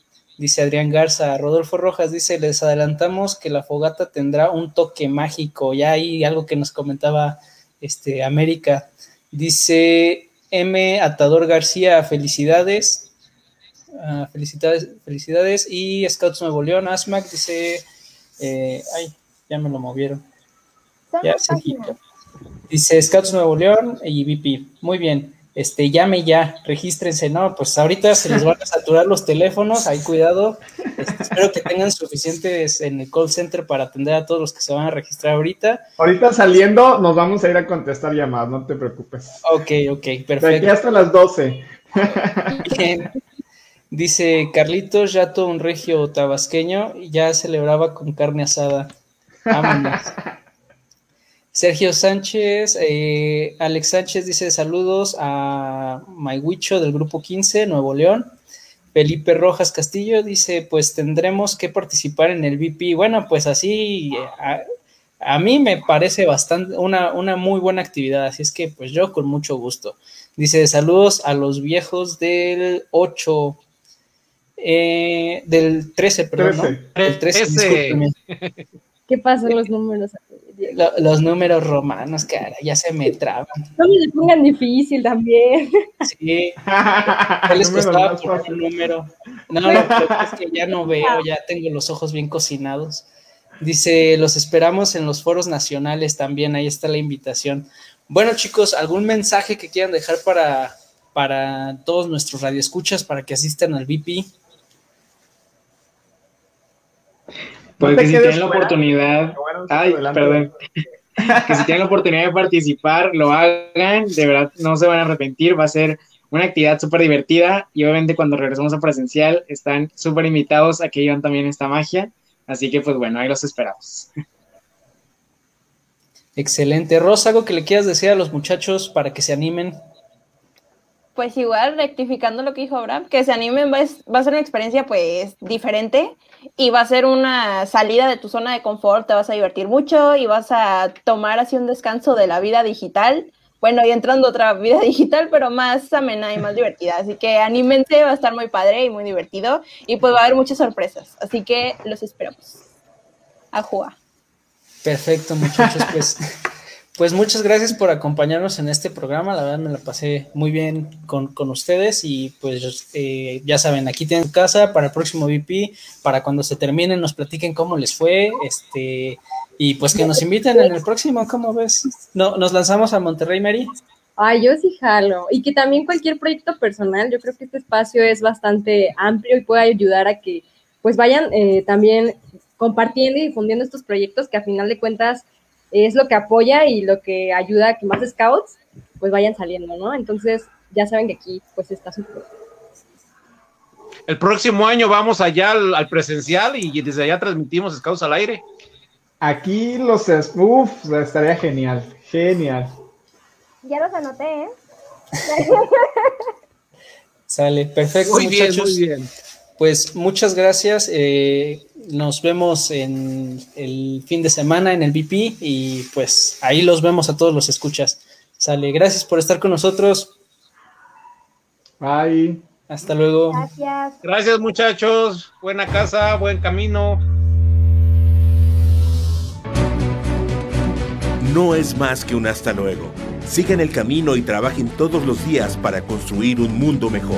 dice Adrián Garza. Rodolfo Rojas dice, les adelantamos que la fogata tendrá un toque mágico, ya hay algo que nos comentaba este, América. Dice M. Atador García, felicidades, uh, felicidades, felicidades, y Scouts Nuevo León, Asmac, dice, eh, ay, ya me lo movieron, ya, sí, dice Scouts Nuevo León y V P, muy bien. Este, llame ya, regístrense, ¿no? Pues ahorita se les van a saturar los teléfonos, ahí cuidado, este, espero que tengan suficientes en el call center para atender a todos los que se van a registrar ahorita. Ahorita saliendo nos vamos a ir a contestar llamadas, no te preocupes. Ok, ok, perfecto. De aquí hasta las doce. Bien. Dice Carlitos, ya todo un regio tabasqueño, ya celebraba con carne asada. Vámonos. Sergio Sánchez, eh, Alex Sánchez dice saludos a Mayhuicho del Grupo quince, Nuevo León. Felipe Rojas Castillo dice, pues tendremos que participar en el V P. Bueno, pues así, a, a mí me parece bastante una, una muy buena actividad, así es que pues yo con mucho gusto. Dice saludos a los viejos del ocho, eh, del trece, perdón, ¿no? Del trece, discúlpeme. ¿Qué pasa con los números? Lo, los números romanos, cara, ya se me traban. No me le pongan difícil también. Sí. ¿Qué les costaba por un número? No, no, es que ya no veo, ya tengo los ojos bien cocinados. Dice, los esperamos en los foros nacionales también, ahí está la invitación. Bueno, chicos, ¿algún mensaje que quieran dejar para, para todos nuestros radioescuchas para que asistan al V P? Pues que si tienen la oportunidad, bueno, ay, perdón, que si tienen la oportunidad de participar, lo hagan, de verdad no se van a arrepentir, va a ser una actividad súper divertida y obviamente cuando regresemos a presencial están súper invitados a que vivan también esta magia, así que pues bueno, ahí los esperamos. Excelente. Rosa, ¿algo que le quieras decir a los muchachos para que se animen? Pues igual, rectificando lo que dijo Abraham, que se animen, va, va a ser una experiencia pues diferente y va a ser una salida de tu zona de confort, te vas a divertir mucho y vas a tomar así un descanso de la vida digital, bueno, y entrando a otra vida digital, pero más amena y más divertida, así que anímense, va a estar muy padre y muy divertido y pues va a haber muchas sorpresas, así que los esperamos a jugar. Perfecto, muchachos, pues... Pues muchas gracias por acompañarnos en este programa, la verdad me la pasé muy bien con, con ustedes y pues eh, ya saben, aquí tienen casa para el próximo V P, para cuando se terminen nos platiquen cómo les fue, este y pues que nos inviten en el próximo, ¿cómo ves? ¿No, nos lanzamos a Monterrey, Mary? Ay, yo sí jalo, y que también cualquier proyecto personal, yo creo que este espacio es bastante amplio y puede ayudar a que pues vayan eh, también compartiendo y difundiendo estos proyectos que a final de cuentas es lo que apoya y lo que ayuda a que más scouts pues vayan saliendo, ¿no? Entonces, ya saben que aquí pues está su... El próximo año vamos allá al, al presencial y desde allá transmitimos Scouts al aire. Aquí los... Uf, estaría genial, genial. Ya los anoté, ¿eh? Sale, perfecto, muy muchachos. Bien, muy bien. Pues muchas gracias, eh, nos vemos en el fin de semana en el V P y pues ahí los vemos a todos los escuchas. Sale, gracias por estar con nosotros. Bye. Hasta luego. Gracias. Gracias muchachos, buena casa, buen camino. No es más que un hasta luego. Sigan el camino y trabajen todos los días para construir un mundo mejor.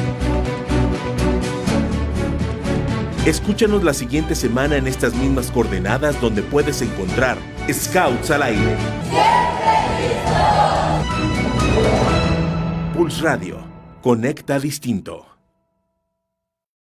Escúchanos la siguiente semana en estas mismas coordenadas donde puedes encontrar Scouts al aire. Pulse Radio, conecta distinto.